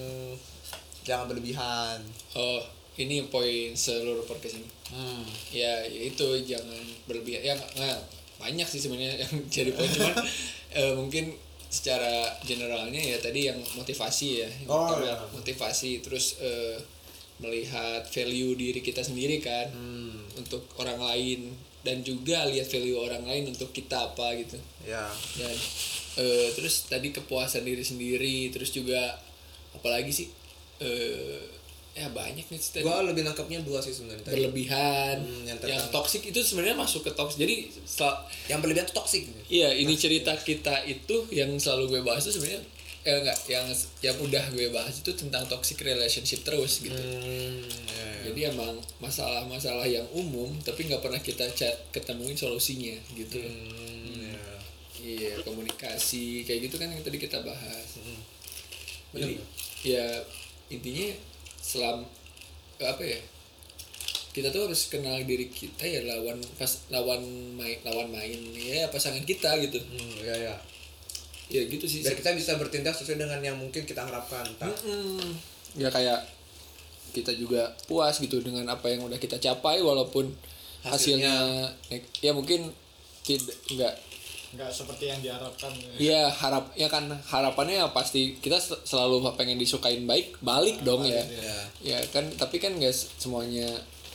jangan berlebihan. Oh, ini poin seluruh podcast ini. Hmm. Ya, itu jangan berlebihan. Ya nggak banyak sih sebenarnya yang jadi poin cuman eh, mungkin secara generalnya ya tadi yang motivasi ya. Oh, ya. Motivasi terus eh, melihat value diri kita sendiri kan hmm. untuk orang lain dan juga lihat value orang lain untuk kita apa gitu. Ya. Dan Uh, terus tadi kepuasan diri sendiri terus juga apalagi sih uh, ya banyak nih tadi. Gua lebih nangkepnya dua sih sebenarnya berlebihan hmm, yang, yang toksik itu sebenarnya masuk ke toksik jadi sel- yang berlebihan itu toksik iya ini cerita kita itu yang selalu gue bahas itu sebenarnya eh enggak yang yang udah gue bahas itu tentang toxic relationship terus gitu. Hmm, ya, ya. Jadi emang masalah-masalah yang umum tapi nggak pernah kita ca- ketemuin solusinya gitu. Hmm, ya. Iya, komunikasi kayak gitu kan yang tadi kita bahas. Hmm. Jadi ya intinya selam apa ya? Kita tuh harus kenal diri kita ya lawan pas lawan main lawan main ya pasangan kita gitu. Hmm, ya ya. Ya gitu sih. Biar kita bisa bertindak sesuai dengan yang mungkin kita harapkan. Mm-mm. Ya kayak kita juga puas gitu dengan apa yang udah kita capai walaupun hasilnya, hasilnya ya mungkin tidak enggak nggak seperti yang diharapkan. Iya harap ya kan harapannya ya pasti kita selalu pengen disukain baik balik nah, dong ya. ya ya kan tapi kan nggak semuanya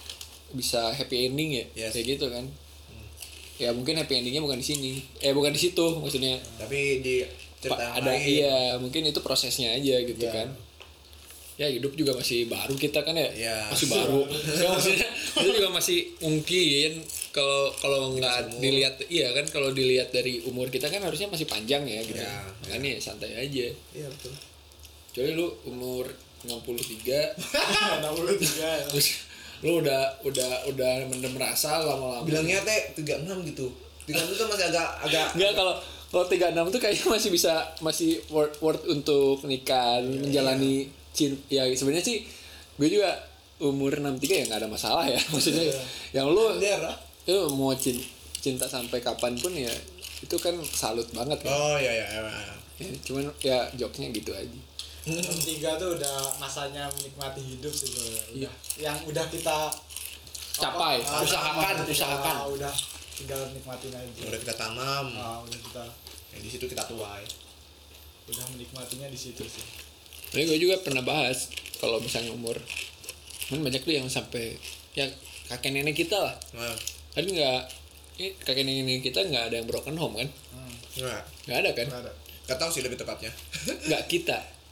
bisa happy ending ya yes. Kayak gitu kan hmm. Ya mungkin happy endingnya bukan di sini eh bukan di situ maksudnya tapi di cerita pa- ada lain. Iya mungkin itu prosesnya aja gitu yeah. Kan ya hidup juga masih baru kita kan ya yeah. Masih baru ya maksudnya itu juga masih mungkin kalau kalau nggak dilihat iya kan kalau dilihat dari umur kita kan harusnya masih panjang ya gitu yeah. Makanya yeah. Santai aja iya yeah, betul kecuali lu umur enam puluh tiga enam puluh tiga terus lu udah udah udah mendem rasa lama-lama bilangnya teh tiga puluh enam gitu tiga puluh enam tuh masih agak agak enggak kalau kalau tiga puluh enam tuh kayaknya masih bisa masih worth worth untuk nikah yeah, menjalani yeah. Cinta ya sebenarnya sih gue juga umur enam puluh tiga ya nggak ada masalah ya maksudnya yeah. Yang lu itu mau cinta, cinta sampai kapanpun ya itu kan salut banget kan oh ya ya, ya. Ya, cuman ya jokesnya gitu aja enam puluh tiga tuh udah masanya menikmati hidup sih bro. Udah, yang udah kita capai apa, usahakan apa, usahakan ya, udah tinggal nikmatin aja udah kita tanam ah, udah kita ya, di situ kita tuai udah menikmatinya di situ sih. Tapi gue juga pernah bahas kalau misalnya umur kan banyak tuh yang sampai ya kakek nenek kita lah nah. Kan nggak eh, kakek nenek kita nggak ada yang broken home kan hmm. nggak nggak ada kan nggak ada nggak tahu sih lebih tepatnya nggak kita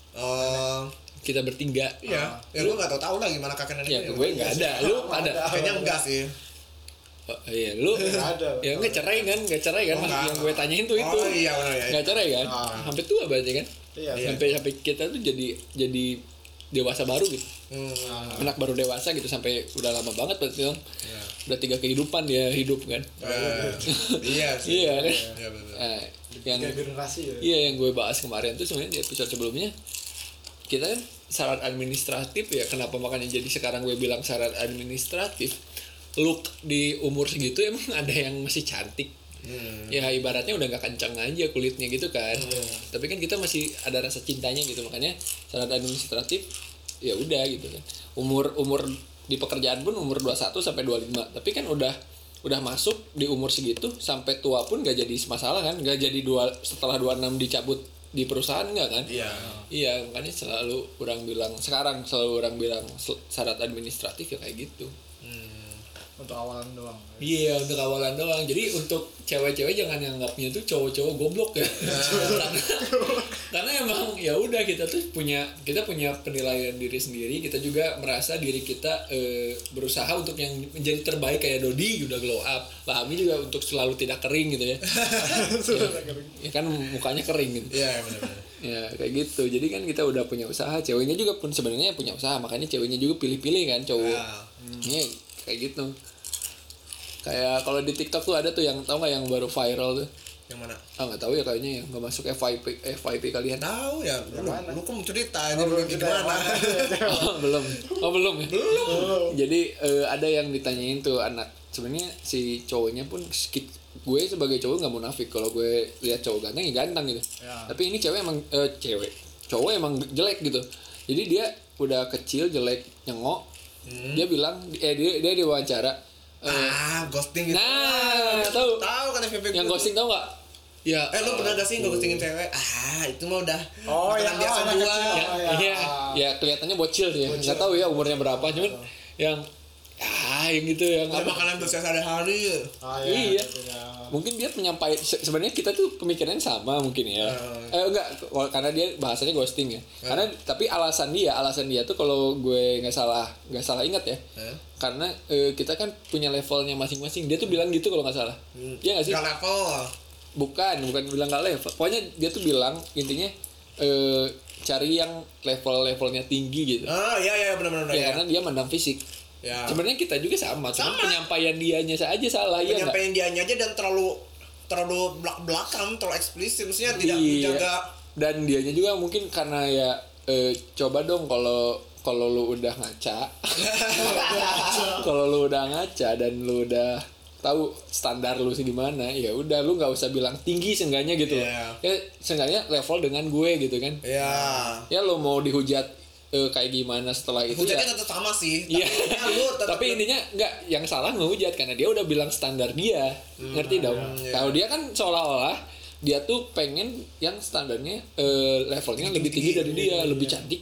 oh kita bertiga iya ya gue nggak tahu tahu lah gimana kakek nenek ya gue nggak ada lu ada kayaknya enggak sih oh, iya lu ada ya nggak cerai kan nggak cerai kan oh, yang gue tanyain tuh itu oh iya benar ya nggak cerai kan ah. Sampai tua berarti kan iya, sampai sampai kita tuh jadi jadi dewasa baru gitu hmm. anak baru dewasa gitu sampai udah lama banget berarti dong ya. Udah tiga kehidupan dia hidup kan uh, iya sih iya kan ya, bener. Nah, yang generasi ya iya yang gue bahas kemarin tuh sebenarnya di episode sebelumnya kita kan syarat administratif ya kenapa makanya jadi sekarang gue bilang syarat administratif look di umur segitu emang ada yang masih cantik hmm. Ya ibaratnya udah gak kencang aja kulitnya gitu kan hmm. Tapi kan kita masih ada rasa cintanya gitu makanya syarat administratif ya udah gitu kan umur umur di pekerjaan pun umur dua puluh satu sampai dua puluh lima tapi kan udah udah masuk di umur segitu sampai tua pun gak jadi masalah kan gak jadi dua setelah dua puluh enam dicabut di perusahaan enggak kan iya iya makanya selalu orang bilang sekarang selalu orang bilang syarat administratif ya kayak gitu hmm. Untuk awalan doang iya untuk awalan doang jadi untuk cewek-cewek jangan nganggapnya tuh cowok-cowok goblok ya karena, karena emang ya udah kita tuh punya kita punya penilaian diri sendiri kita juga merasa diri kita e, berusaha untuk yang menjadi terbaik kayak Dodi udah glow up Fahmi juga untuk selalu tidak kering gitu ya ya, ya kan mukanya kering gitu iya benar-benar ya kayak gitu jadi kan kita udah punya usaha ceweknya juga pun sebenarnya punya usaha makanya ceweknya juga pilih-pilih kan cowok hmm. Ya, kayak gitu kayak kalau di TikTok tuh ada tuh yang tau nggak yang baru viral tuh yang mana ah nggak tahu ya kayaknya ya nggak masuk F Y P F Y P kalian tahu ya lu lu kok mau cerita ini oh, belum gimana oh, belum oh belum ya belum jadi uh, ada yang ditanyain tuh anak sebenarnya si cowoknya pun skip gue sebagai cowok nggak munafik kalau gue lihat cowok ganteng ya ganteng gitu ya. Tapi ini cewek emang uh, cewek cowok emang jelek gitu jadi dia udah kecil jelek nyengok hmm. Dia bilang eh dia dia diwawancara uh, ah ghosting gitu nah tahu tahu kan F Y P yang ghosting tahu nggak ya eh lu pernah gak sih ghostingin cewek ah itu mah udah oh ya biasa oh, gua kecil, ya, oh, ya. ya ya kelihatannya bocil sih ya. Nggak tahu ya umurnya berapa cuman oh. Yang ah yang gitu yang apa makanan bersiap sehari-hari oh, ya, iya gitu ya. Mungkin dia menyampaikan se- sebenarnya kita tuh pemikirannya sama mungkin ya uh. eh enggak karena dia bahasanya ghosting ya uh. Karena tapi alasan dia alasan dia tuh kalau gue nggak salah nggak salah ingat ya uh. Karena eh, kita kan punya levelnya masing-masing dia tuh bilang gitu kalau nggak salah hmm. Iya nggak sih nggak level bukan bukan bilang nggak level pokoknya dia tuh bilang intinya eh, cari yang level-levelnya tinggi gitu. Ah, iya iya benar-benar Ya, ya. karena dia mandang fisik. Ya. Sebenarnya kita juga sama, cuma Sama. penyampaian dianya saja salah ya nggak? Penyampaian dianya aja dan terlalu terlalu belak-belakan, terlalu eksplisit, maksudnya tidak Iya. menjaga. Dan dianya juga mungkin karena ya eh, coba dong kalau kalau lu udah ngaca, kalau lu udah ngaca dan lu udah tahu standar lu sih di mana, ya udah lu nggak usah bilang tinggi seenggaknya gitu. Iya. Ya seenggaknya level dengan gue gitu kan. Ya. Ya lu mau dihujat eh, kayak gimana setelah itu Hujatnya ya. tetap sama sih. Iya. Tapi, ya, lu tetap- Tapi intinya nggak yang salah ngehujat karena dia udah bilang standar dia, ngerti dong? iya. Kalau dia kan seolah-olah dia tuh pengen yang standarnya eh, levelnya lebih tinggi dari dia, lebih cantik.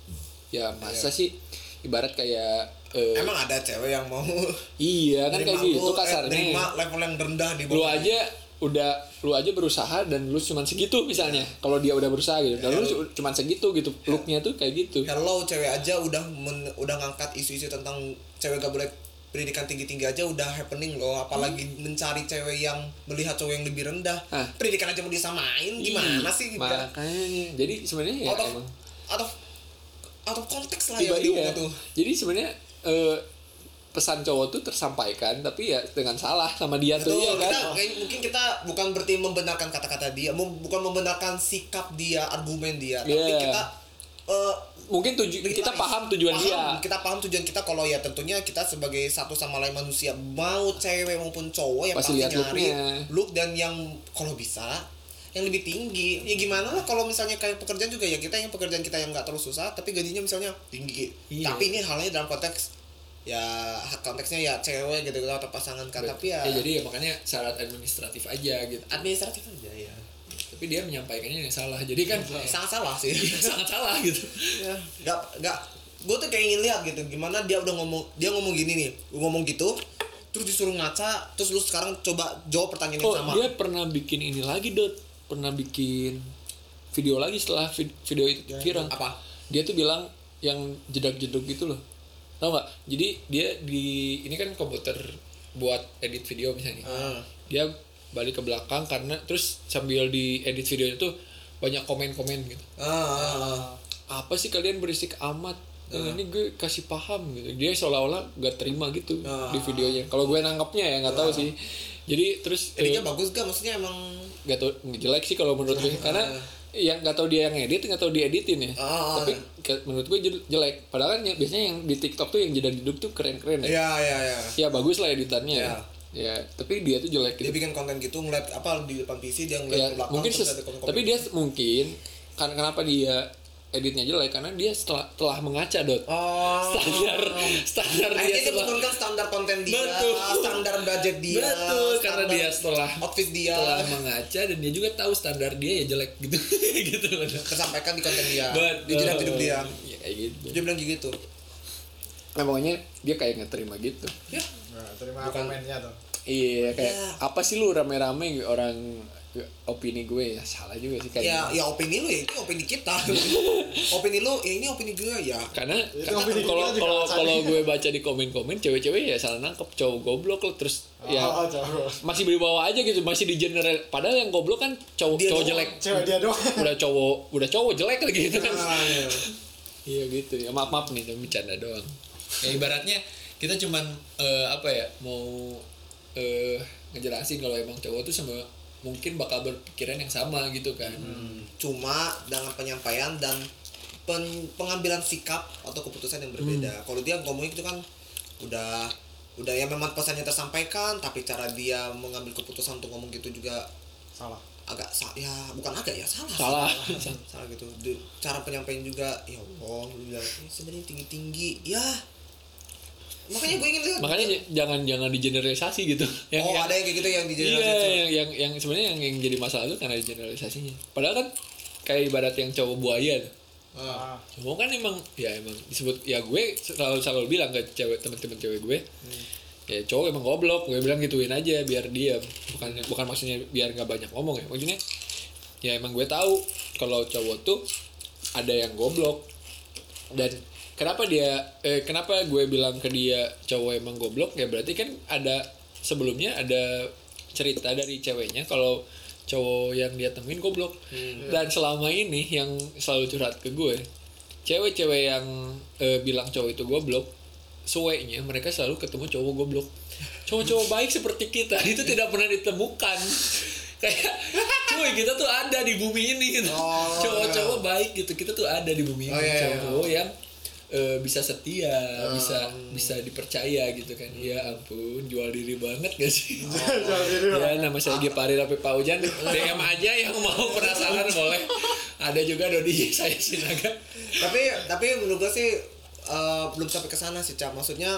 Ya masa sih ibarat kayak eh, Emang ada cewek yang mau iya kan kayak nerima gitu lu, eh, kasarnya. nerima level yang rendah di Lu bawah. aja udah lu aja berusaha dan lu cuman segitu misalnya. Kalau dia udah berusaha gitu, dan Ya, lu lu- cu- cuman segitu gitu. Looknya tuh kayak gitu. Hello, cewek aja udah men, udah ngangkat isu-isu tentang cewek gak boleh pendidikan tinggi-tinggi aja udah happening loh, apalagi mencari cewek yang melihat cowok yang lebih rendah. Hah. Pendidikan aja mau disamain, gimana sih? Makanya jadi sebenarnya ya out of, emang out of, out of konteks lah Iya, yang iya. diomong tuh. Jadi sebenarnya eh, pesan cowok tuh tersampaikan tapi ya dengan salah sama dia tuh Betul, ya kan. kita, kayak, mungkin kita bukan berarti membenarkan kata-kata dia, mem- bukan membenarkan sikap dia, argumen dia, tapi Yeah. kita eh, Mungkin tuju kita Kita- paham tujuan paham, dia. kita paham tujuan kita kalau ya tentunya kita sebagai satu sama lain manusia, mau cewek maupun cowok yang Pasti pasti, lihat nyari look-nya. look dan yang kalau bisa yang lebih tinggi. Ya gimana lah kalau misalnya kayak pekerjaan juga ya, kita yang pekerjaan kita yang nggak terlalu susah tapi gajinya misalnya tinggi. Iya. Tapi ini halnya dalam konteks ya konteksnya ya cewek gitu atau pasangan kan, tapi ya, Ya, jadi ya makanya syarat administratif aja gitu. administratif aja ya. Tapi dia menyampaikannya yang salah. Jadi kan Sangat salah sih. sangat salah gitu. Ya, nggak nggak gue tuh kayak ingin lihat gitu gimana dia udah ngomong, dia ngomong gini nih, ngomong gitu terus disuruh ngaca, terus lu sekarang coba jawab pertanyaan yang Oh, sama. dia pernah bikin ini lagi, Dot. Pernah bikin video lagi setelah vid- video itu viral. Apa? Dia tuh bilang yang jedak-jeduk gitu loh. Tahu nggak? Jadi dia di ini kan komputer buat edit video misalnya. Ah. Dia balik ke belakang karena terus sambil di edit video itu banyak komen-komen gitu. Ah, ah, ah. Apa sih kalian berisik amat? Nah, ini gue kasih paham gitu. Dia seolah-olah gak terima gitu Ah. di videonya. Kalau gue nangkapnya ya nggak tahu sih. Jadi terus Jadinya eh, bagus gak? Maksudnya emang gak tau jelek sih kalau menurut gue karena yang nggak tahu dia yang edit nggak tahu dia editin ya. Ah. Tapi ke- menurut gue jel- jelek. Padahal kan ya, biasanya yang di TikTok tuh yang jeduk-jeduk tuh keren-keren ya. ya ya ya. Ya bagus lah editannya. Ya. Ya, tapi dia tuh jelek Dia gitu. bikin konten gitu ngeliat apa di depan P C, dia Ya, ngeliat ke belakang mungkin terus ses- ada komen-komen. tapi dia mungkin kan kenapa dia editnya jelek karena dia setelah telah mengaca Dot. oh. Standar standar dia Akhirnya dia setelah menurunkan standar konten dia, Betul. standar budget dia, Betul, karena standar dia setelah outfit dia telah mengaca dan dia juga tahu standar dia ya jelek gitu. gitu loh. tersampaikan di konten dia, Betul. di jenak hidup dia. Ya kayak gitu. Dia bilang gitu. Nah, pokoknya dia kayak nggak terima gitu. Ya, Nah, terima Bukan- komennya tuh. Iya, kayak Ya. apa sih lu rame-rame orang opini gue ya salah juga sih kayak ya, gitu. ya opini lu ya ini opini kita. Opini lu ya ini opini gue ya. Karena Itu karena opini kalau kita juga kalau salah. kalau gue baca di komen-komen cewek-cewek ya salah nangkep cowok goblok lo terus ya Oh, cowok. masih berbawa aja gitu, masih di general padahal yang goblok kan cowok Dia cowok doang. jelek. Cewek dia doang. Udah cowok, udah cowok jelek lagi gitu kan. Nah, ya. Iya gitu ya, maaf maaf nih, bercanda doang. Ya ibaratnya kita cuman eh, apa ya mau eh, ngejelasin kalau emang cowok tuh sama mungkin bakal berpikiran yang sama gitu kan. Hmm, cuma dengan penyampaian dan pen- pengambilan sikap atau keputusan yang berbeda. Hmm. Kalau dia ngomongin itu kan udah udah ya memang pesannya tersampaikan, tapi cara dia mengambil keputusan untuk ngomong gitu juga Salah. agak sa- ya bukan agak ya salah. Salah. salah, salah gitu. Di- cara penyampaian juga ya Allah, lu bilang "Ini sebenarnya tinggi-tinggi." Ya. Makanya gue ingin lihat. Makanya j- jangan jangan digeneralisasi gitu. Yang, oh, yang, ada yang kayak gitu yang di iya, yang yang yang sebenarnya yang, yang jadi masalah itu karena generalisasinya. Padahal kan kayak ibarat yang cowok buaya tuh. Ah. Ah, Cowok kan emang ya emang disebut ya gue selalu selalu bilang ke cewek teman-teman cewek gue. Hmm. Ya cowok emang goblok, gue bilang gituin aja biar diam. Bukan bukan maksudnya biar nggak banyak ngomong ya. Maksudnya ya emang gue tahu kalau cowok tuh ada yang goblok. Dan kenapa dia eh, kenapa gue bilang ke dia cowok emang goblok ya berarti kan ada sebelumnya ada cerita dari ceweknya kalau cowok yang dia temuin goblok. Hmm. Dan selama ini yang selalu curhat ke gue, cewek-cewek yang e, bilang cowok itu goblok, suwenya mereka selalu ketemu cowok goblok. Cowok-cowok baik seperti kita itu tidak pernah ditemukan. Kayak cuy, kita tuh ada di bumi ini gitu. Oh, cowok-cowok baik gitu, kita tuh ada di bumi ini. Oh, iya, cowok iya. yang e, bisa setia, um. bisa bisa dipercaya gitu kan. Ya ampun, jual diri banget gak sih? Oh. Jual diri ya, nama saya Gepari Rapi Paujan. D M aja yang mau penasaran boleh. Ada juga Dodi saya Sinaga. Tapi tapi menurut gue sih uh, belum sampai ke sana sih, Cap. Maksudnya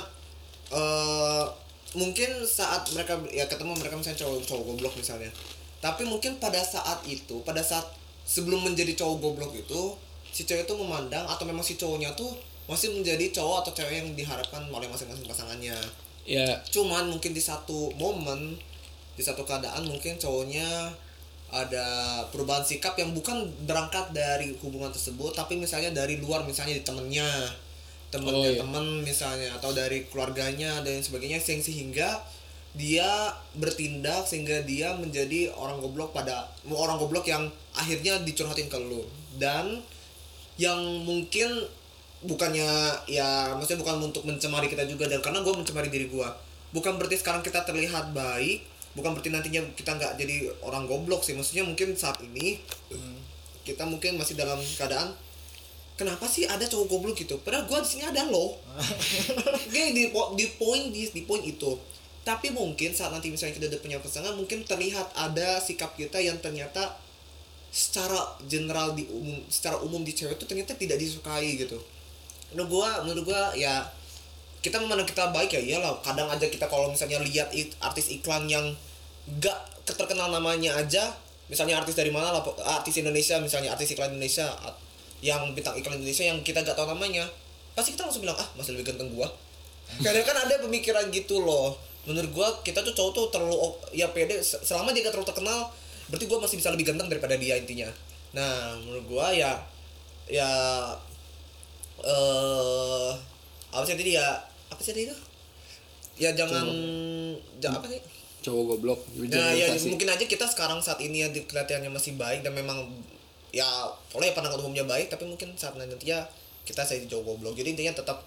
uh, mungkin saat mereka ya ketemu mereka misalnya cowok cowok goblok misalnya. Tapi mungkin pada saat itu, pada saat sebelum menjadi cowok goblok itu, si cewek itu memandang atau memang si cowoknya tuh masih menjadi cowok atau cewek yang diharapkan oleh masing-masing pasangannya. Ya. Cuman mungkin di satu momen, di satu keadaan mungkin cowoknya ada perubahan sikap yang bukan berangkat dari hubungan tersebut, tapi misalnya dari luar, misalnya di temennya, temennya oh, iya. temen misalnya, atau dari keluarganya dan sebagainya, sehingga dia bertindak sehingga dia menjadi orang goblok pada orang goblok yang akhirnya dicurhatin ke lu. Dan yang mungkin bukannya ya maksudnya bukan untuk mencemari kita juga, dan karena gue mencemari diri gue, bukan berarti sekarang kita terlihat baik, bukan berarti nantinya kita nggak jadi orang goblok sih. Maksudnya mungkin saat ini hmm. kita mungkin masih dalam keadaan kenapa sih ada cowok goblok gitu, padahal gue di sini ada loh. Gini di di poin di di poin itu. Tapi mungkin saat nanti misalnya kita udah punya pasangan, mungkin terlihat ada sikap kita yang ternyata secara general di umum, secara umum di cewek itu ternyata tidak disukai gitu. Menurut gue, menurut gue ya kita memandang kita baik ya iyalah. Kadang aja kita kalau misalnya lihat artis iklan yang gak terkenal namanya aja, misalnya artis dari mana lah, artis Indonesia misalnya, artis iklan Indonesia yang bintang iklan Indonesia yang kita gak tahu namanya, pasti kita langsung bilang ah masih lebih ganteng gua. Kadang kan ada pemikiran gitu loh. Menurut gua kita tuh cowok tuh terlalu ya pede, selama dia gak terlalu terkenal berarti gua masih bisa lebih ganteng daripada dia intinya. Nah menurut gua ya ya eh uh, apa sih tadi ya apa sih tadi itu ya jangan jangan apa sih cowok goblok. Nah ya mungkin aja kita sekarang saat ini yang kelihatannya masih baik dan memang ya oleh pandangan umumnya baik, tapi mungkin saat nanti ya kita saya cowok goblok. Jadi intinya tetap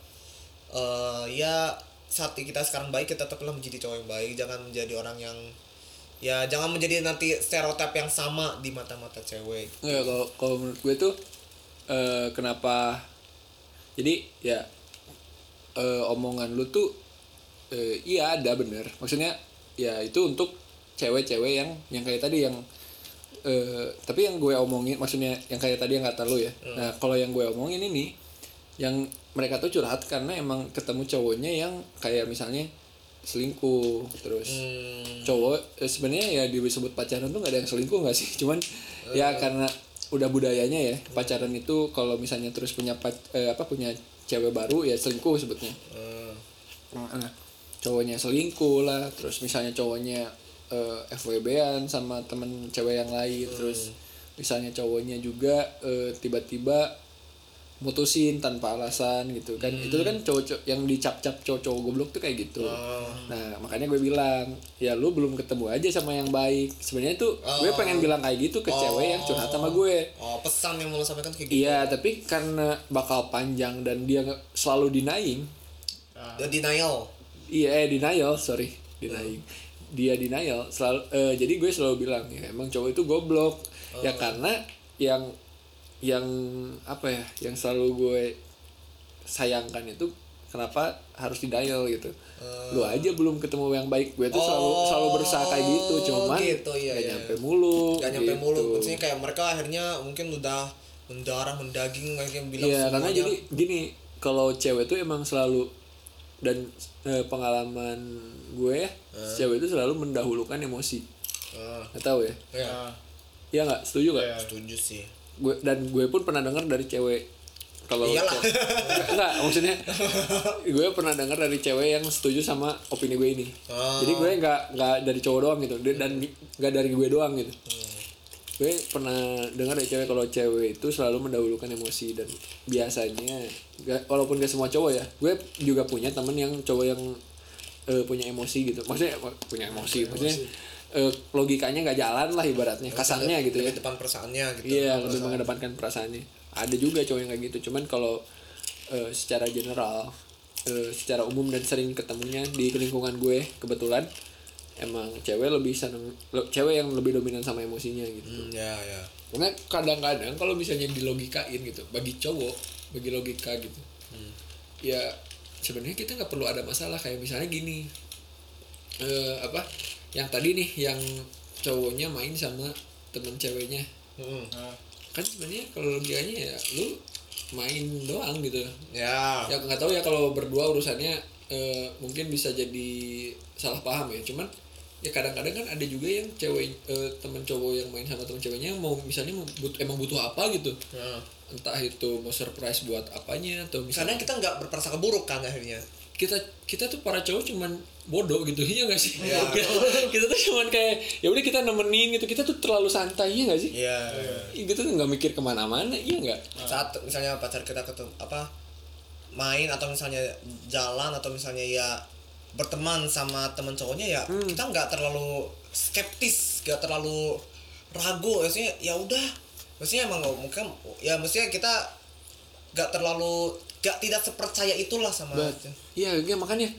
uh, ya saat kita sekarang baik, kita tetaplah menjadi cowok yang baik, jangan menjadi orang yang ya jangan menjadi nanti stereotip yang sama di mata-mata cewek. Ya kalau kalau menurut gue tuh uh, kenapa jadi ya uh, omongan lu tuh uh, iya ada bener, maksudnya ya itu untuk cewek-cewek yang yang kayak tadi yang uh, tapi yang gue omongin maksudnya yang kayak tadi yang kata lu ya. Hmm. Nah kalau yang gue omongin ini yang mereka tuh curhat karena emang ketemu cowoknya yang kayak misalnya selingkuh terus hmm. cowok eh, sebenarnya ya disebut pacaran tuh nggak ada yang selingkuh nggak sih, cuman uh. ya karena udah budayanya ya pacaran itu kalau misalnya terus punya eh, apa punya cewek baru ya selingkuh sebetulnya. Uh. Nah, cowoknya selingkuh lah, terus misalnya cowoknya uh, F W B-an sama temen cewek yang lain, uh. terus misalnya cowoknya juga uh, tiba-tiba mutusin tanpa alasan gitu kan. Hmm. Itu kan cowok yang dicap-cap cowok-cowok goblok tuh kayak gitu. Oh. Nah makanya gue bilang ya lu belum ketemu aja sama yang baik. Sebenarnya tuh oh. gue pengen bilang kayak gitu ke oh. cewek yang curhat sama gue. Oh pesan yang mau lu sampaikan kayak gitu. Iya tapi karena bakal panjang dan dia selalu denying. Uh. Denial. Iya eh denial sorry denying. Uh. Dia denial selalu. Uh, jadi gue selalu bilang ya emang cowok itu goblok. Oh. Ya karena yang yang apa ya yang selalu gue sayangkan itu kenapa harus denial gitu. Uh, lu aja belum ketemu yang baik, gue tuh oh, selalu selalu berusaha kayak gitu, cuman gitu, iya, gak iya. nyampe mulu gak nyampe gitu. mulu maksudnya kayak mereka akhirnya mungkin udah mendarah mendaging kayak bilang iya karena jadi gini kalau cewek tuh emang selalu dan eh, pengalaman gue ya uh. cewek itu selalu mendahulukan emosi. uh. Nggak tahu ya iya iya nggak setuju nggak? Yeah. Setuju sih. Gue dan gue pun pernah dengar dari cewek kalau enggak maksudnya gue pernah dengar dari cewek yang setuju sama opini gue ini. Oh. Jadi gue nggak nggak dari cowok doang gitu dan nggak dari gue doang gitu. Hmm. Gue pernah dengar dari cewek kalau cewek itu selalu mendahulukan emosi dan biasanya gak, walaupun gak semua cowok ya, gue juga punya temen yang cowok yang uh, punya emosi gitu, maksudnya punya emosi, emosi. maksudnya uh, logikanya nggak jalan lah ibaratnya kasarnya gitu ya. Di depan perasaannya gitu. Iya, lebih mengedepankan perasaannya. Ada juga cowok yang kayak gitu. Cuman kalau uh, secara general, uh, secara umum dan sering ketemunya di lingkungan gue kebetulan emang cewek lebih seneng, lo, cewek yang lebih dominan sama emosinya gitu. Hmm, ya ya. Karena kadang-kadang kalau misalnya dilogikain gitu, bagi cowok, bagi logika gitu, hmm. ya sebenarnya kita nggak perlu ada masalah kayak misalnya gini, uh, apa, yang tadi nih yang cowoknya main sama temen ceweknya, hmm. kan sebenarnya kalau logikanya ya lu main doang gitu. Ya. Ya nggak tahu ya kalau berdua urusannya uh, mungkin bisa jadi salah paham ya, cuman ya kadang-kadang kan ada juga yang cewek uh, teman cowok yang main sama teman ceweknya mau misalnya mau but, emang butuh apa gitu, ya. Entah itu mau surprise buat apanya atau misalnya karena kita nggak berprasangka buruk kan akhirnya. Kita kita tuh para cowok cuman bodoh gitu, iya nggak sih? Ya. Kita tuh cuman kayak ya udah kita nemenin gitu, kita tuh terlalu santai, iya nggak sih? Iya. Ya. Gitu tuh nggak mikir kemana-mana, iya nggak? Saat misalnya pacar kita ketemu apa main atau misalnya jalan atau misalnya ya berteman sama teman cowoknya ya hmm. kita nggak terlalu skeptis, nggak terlalu ragu, maksudnya ya udah, maksudnya emang mungkin ya maksudnya kita nggak terlalu nggak tidak sepercaya itulah sama. Iya, ya, makanya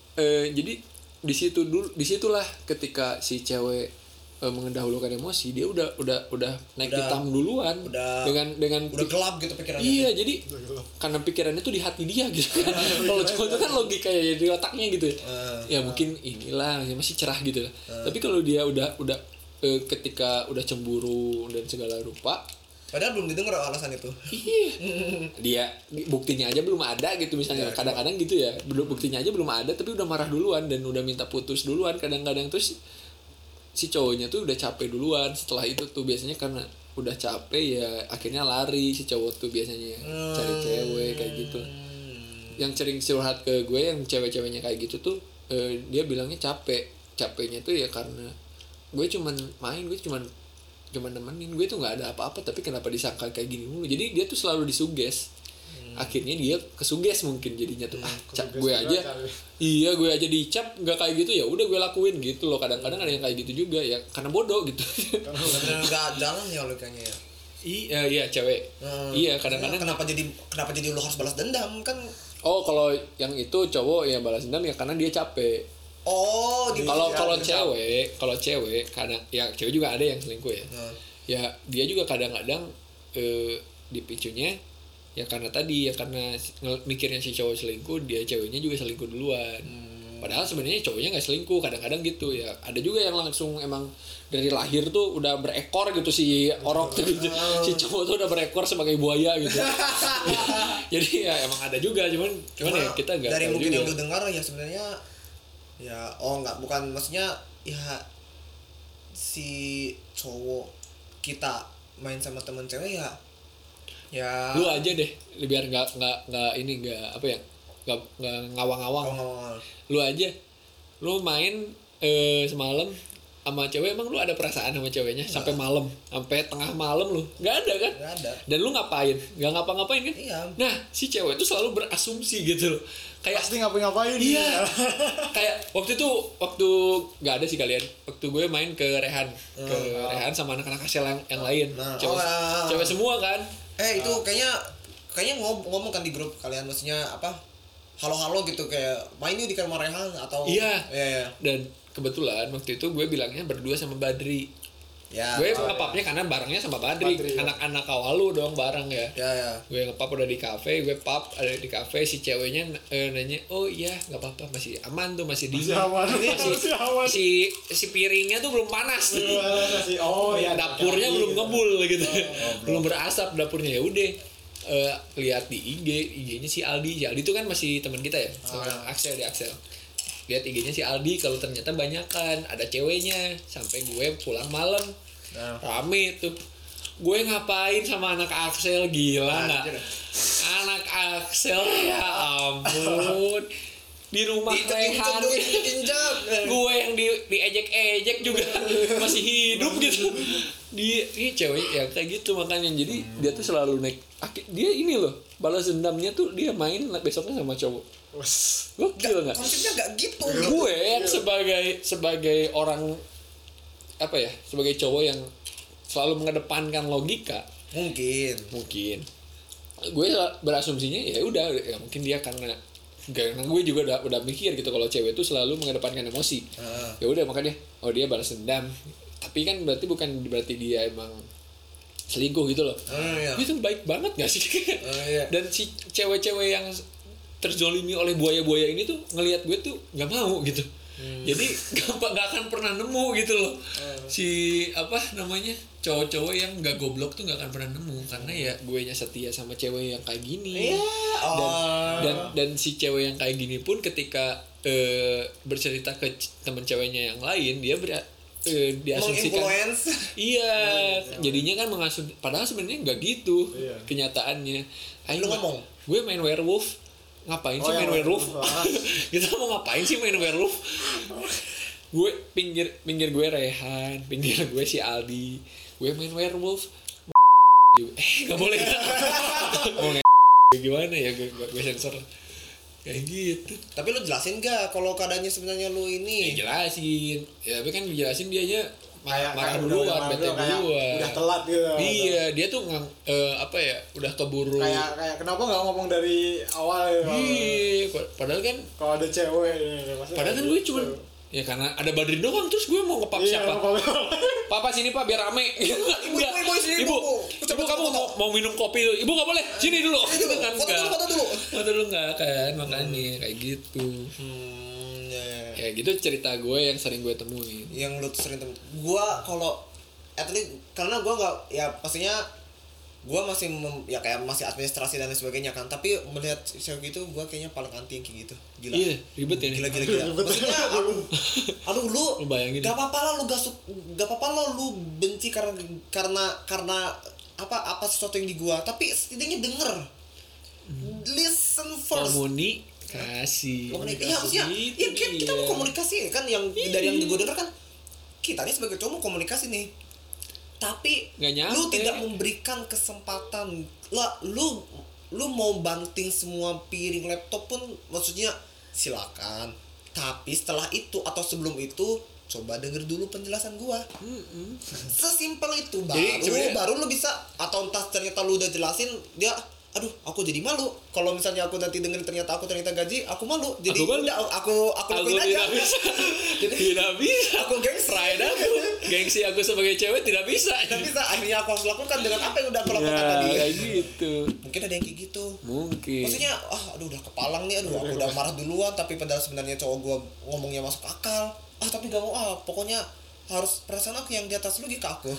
e, jadi di situ dulu, disitulah ketika si cewek e, mengedahulukan emosi, dia udah udah udah naik udah, hitam duluan, udah, dengan dengan udah gelap gitu pikirannya. Iya, jadi karena pikirannya tuh di hati dia gitu. Kalau cowok itu kan logika ya di otaknya gitu. Uh, ya uh. mungkin inilah ya masih cerah gitu. Uh. Tapi kalau dia udah udah e, ketika udah cemburu dan segala rupa, padahal belum didengar alasan itu. Iya. Dia buktinya aja belum ada gitu misalnya. Ya, kadang-kadang gitu ya. Buktinya aja belum ada tapi udah marah duluan dan udah minta putus duluan. Kadang-kadang terus si cowoknya tuh udah capek duluan. Setelah itu tuh biasanya karena udah capek ya akhirnya lari si cowok tuh biasanya hmm. cari cewek kayak gitu. Yang sering curhat ke gue yang cewek-ceweknya kayak gitu tuh eh, dia bilangnya capek. Capeknya tuh ya karena gue cuman main, gue cuman cuma nemenin, gue tuh nggak ada apa-apa tapi kenapa disangka kayak gini mulu. Jadi dia tuh selalu disuges. Hmm. Akhirnya dia kesuges mungkin jadinya tuh hmm, ah cap gue aja cari. Iya gue aja dicap nggak kayak gitu ya udah gue lakuin gitu loh. Kadang-kadang hmm. ada yang kayak gitu juga ya karena bodoh gitu. Karena nggak jalan ya logikanya ya. Iya iya cewek. Hmm. Iya kadang-kadang kenapa jadi kenapa jadi lo harus balas dendam kan? Oh kalau yang itu cowok ya balas dendam ya karena dia capek. Oh, kalau kalau cewek, kalau cewek karena ya cewek juga ada yang selingkuh ya. Hmm. Ya dia juga kadang-kadang eh, dipicunya ya karena tadi ya karena mikirnya si cowok selingkuh, dia ceweknya juga selingkuh duluan. Hmm. Padahal sebenarnya cowoknya nggak selingkuh, kadang-kadang gitu ya. Ada juga yang langsung emang dari lahir tuh udah berekor gitu si orok tuh gitu. Hmm. Si cowok tuh udah berekor sebagai buaya gitu. Jadi ya emang ada juga, cuman cuman ya kita nggak. Dari mungkin juga. Yang lu dengar ya sebenarnya ya oh nggak bukan maksudnya ya si cowok kita main sama temen cewek ya ya lu aja deh biar nggak nggak nggak ini nggak apa ya nggak nggak ngawang-ngawang oh, lu aja lu main eh, semalam sama cewek, emang lu ada perasaan sama ceweknya nggak. Sampai malam sampai tengah malam lu nggak ada kan nggak ada dan lu ngapain nggak ngapa-ngapain kan iya. Nah si cewek itu selalu berasumsi gitu loh kayak pasti ngapain-ngapain iya kayak waktu itu waktu nggak ada sih kalian waktu gue main ke Rehan hmm, ke oh. Rehan sama anak-anak Asel yang, yang lain nah, cewek, oh, uh, cewek semua kan eh itu uh. kayaknya kayaknya ngom- ngomong kan di grup kalian maksudnya apa halo-halo gitu kayak main yuk di kamar Rehan atau iya, iya, iya. Dan kebetulan waktu itu gue bilangnya berdua sama Badri. Ya, gue oh, ngepapnya ya. Karena barangnya sama Badri, Badri anak-anak awal lu dong bareng ya. Ya, ya. Gue ngepap udah di kafe, gue pap ada di kafe, si ceweknya eh, nanya, oh iya nggak apa-apa masih aman tuh masih dingin. Masih aman, si, masih aman. Si si piringnya tuh belum panas. Masih, oh ya. Dapurnya belum gitu. ngebul gitu, oh, belum berasap dapurnya ya udah. Uh, lihat di I G, I G-nya si Aldi, si Aldi itu kan masih teman kita ya, sama oh. Axel di Axel. Lihat I G-nya si Aldi, kalau ternyata banyakan ada ceweknya, sampai gue pulang malam, nah. Rame tuh. Gue ngapain sama anak Axel, gila nggak? Nah, anak Axel ya ampun. Di rumah Rehan, gue yang di diejek-ejek juga masih hidup gitu. Dia ini cewek ya kayak gitu makanya jadi hmm. dia tuh selalu naik. Dia ini loh balas dendamnya tuh dia main besoknya sama cowok. Gokil nggak? Konsepnya nggak gitu. Gue yang sebagai sebagai orang apa ya sebagai cowok yang selalu mengedepankan logika Mungkin. mungkin gue berasumsinya ya udah ya mungkin dia karena karena gue juga udah udah mikir gitu kalau cewek itu selalu mengedepankan emosi Ah. ya udah makanya oh dia balas dendam tapi kan berarti bukan berarti dia emang selingkuh gitu loh. Ah, iya. Itu baik banget gak sih? Ah, iya. Dan si cewek-cewek yang terzolimi oleh buaya-buaya ini tuh ngelihat gue tuh nggak mau gitu. Hmm. Jadi gak, gak akan pernah nemu gitu loh. Hmm. Si apa namanya cowok-cowok yang nggak goblok tuh nggak akan pernah nemu karena ya gue nya setia sama cewek yang kayak gini. Iya. Oh. Dan, dan dan si cewek yang kayak gini pun ketika uh, bercerita ke teman ceweknya yang lain dia ber Uh, diasumsikan iya hmm, jadinya kan mengasum padahal sebenarnya nggak gitu iya. Kenyataannya lu ngomong gue main werewolf ngapain oh, sih main werewolf kita mau ngapain sih main werewolf gue pinggir pinggir gue Rehan pinggir gue si Aldi gue main werewolf eh nggak boleh mau gimana ya gue gue sensor kayak gitu. Tapi lu jelasin gak kalau keadaannya sebenarnya lu ini? Ya jelasin. Ya tapi kan jelasin dia aja marah, marah duluan, bete duluan. Udah telat gitu. Iya, dia tuh ngang, uh, apa ya? Udah keburu. Kayak kayak kenapa enggak ngomong dari awal ya? Iya, padahal kan kalau ada cewek ya, padahal kan gue cuma ya karena ada Badrin doang terus gue mau ngepap iya, siapa? Papa sini Pak biar rame. Ibu, ibu, ibu, sini, ibu, ibu, ibu, ibu kamu mau, mau minum kopi dulu. Ibu nggak boleh. Sini dulu. Itu kan foto dulu, foto dulu. Foto dulu nggak kan makanya hmm. kayak gitu. Hmm, ya, ya. Kayak gitu cerita gue yang sering gue temuin. Yang lu sering temuin. Gue kalau at least karena gue nggak ya pastinya gue masih mem, ya kayak masih administrasi dan lain sebagainya kan, tapi melihat cewek gitu gue kayaknya paling anti yang kayak gitu. Gila. Iya, ribet ya. Gila gila gila. Maksudnya aduh, aduh lu, lu bayangin. Gak apa-apa lah lu gak su- gak apa-apa lah lu benci karena karena karena apa apa sesuatu yang di gua, tapi setidaknya denger. Hmm. Listen first. Komunikasi. Komunikasi. Ya maksudnya ya, kita, kita mau komunikasi kan yang Iyi. Dari yang gue denger kan kita nih sebagai cowok mau komunikasi nih. Tapi lu tidak memberikan kesempatan lah, lu lu mau banting semua piring laptop pun maksudnya silakan, tapi setelah itu atau sebelum itu coba denger dulu penjelasan gua. Mm-hmm. Sesimpel itu baru jadi, baru lu bisa atau entah ternyata lu udah jelasin dia aduh aku jadi malu kalau misalnya aku nanti dengerin ternyata aku ternyata gaji aku malu jadi aku udah aku aku lakuin aja bisa. Jadi tidak bisa aku gengsi pride aku gengsi aku sebagai cewek tidak bisa tidak bisa akhirnya aku harus lakukan dengan apa yang udah aku lakukan ya, tadi kayak gitu mungkin ada yang kayak gitu mungkin maksudnya ah aduh udah kepalang nih aduh aku udah marah duluan tapi padahal sebenarnya cowok gua ngomongnya masuk akal ah tapi gak mau ah pokoknya harus perasaan aku yang di atas lu gitu aku.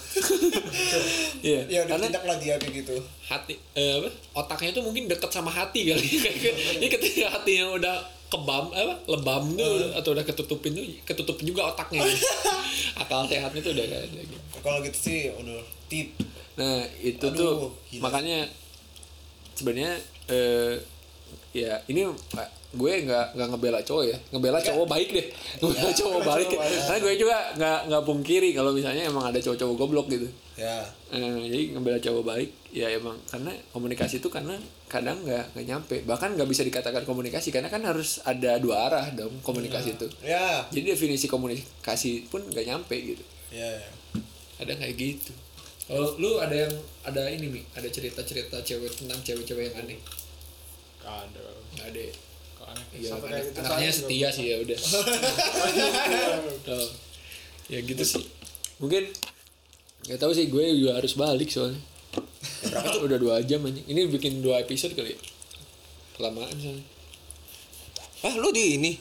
Iya. Ya udah tindak lagi ya kayak gitu. Hati eh, apa? Otaknya tuh mungkin deket sama hati kali. Ini ketika hatinya udah kebam apa? Lebam tuh uh. atau udah ketutupin tuh ketutup juga otaknya. Akal sehatnya tuh udah kayak gitu. Kalau gitu sih udah tip. Nah, itu Aduh, tuh gila. Makanya sebenarnya eh, ya ini gue nggak nggak ngebela cowok ya ngebela ya. Cowok baik deh ngebela ya, cowok baik ya. Karena gue juga nggak nggak pungkiri kalau misalnya emang ada cowok-cowok goblok gitu ya eh, jadi ngebela cowok baik ya emang karena komunikasi itu karena kadang nggak nggak nyampe bahkan nggak bisa dikatakan komunikasi karena kan harus ada dua arah dong komunikasi ya. Itu ya. Jadi definisi komunikasi pun nggak nyampe gitu ya, ya. Ada kayak gitu. Oh lu ada yang ada ini Mi ada cerita-cerita cewek tentang cewek-cewek yang aneh? Gak ada nggak ada. Ya, anak, anaknya setia sih ya udah. Oh, ya gitu sih. Mungkin nggak tahu sih gue juga harus balik soalnya. Berapa tuh? Udah dua jam aja. Ini bikin dua episode kali ya. Kelamaan soalnya. Ah lu di ini?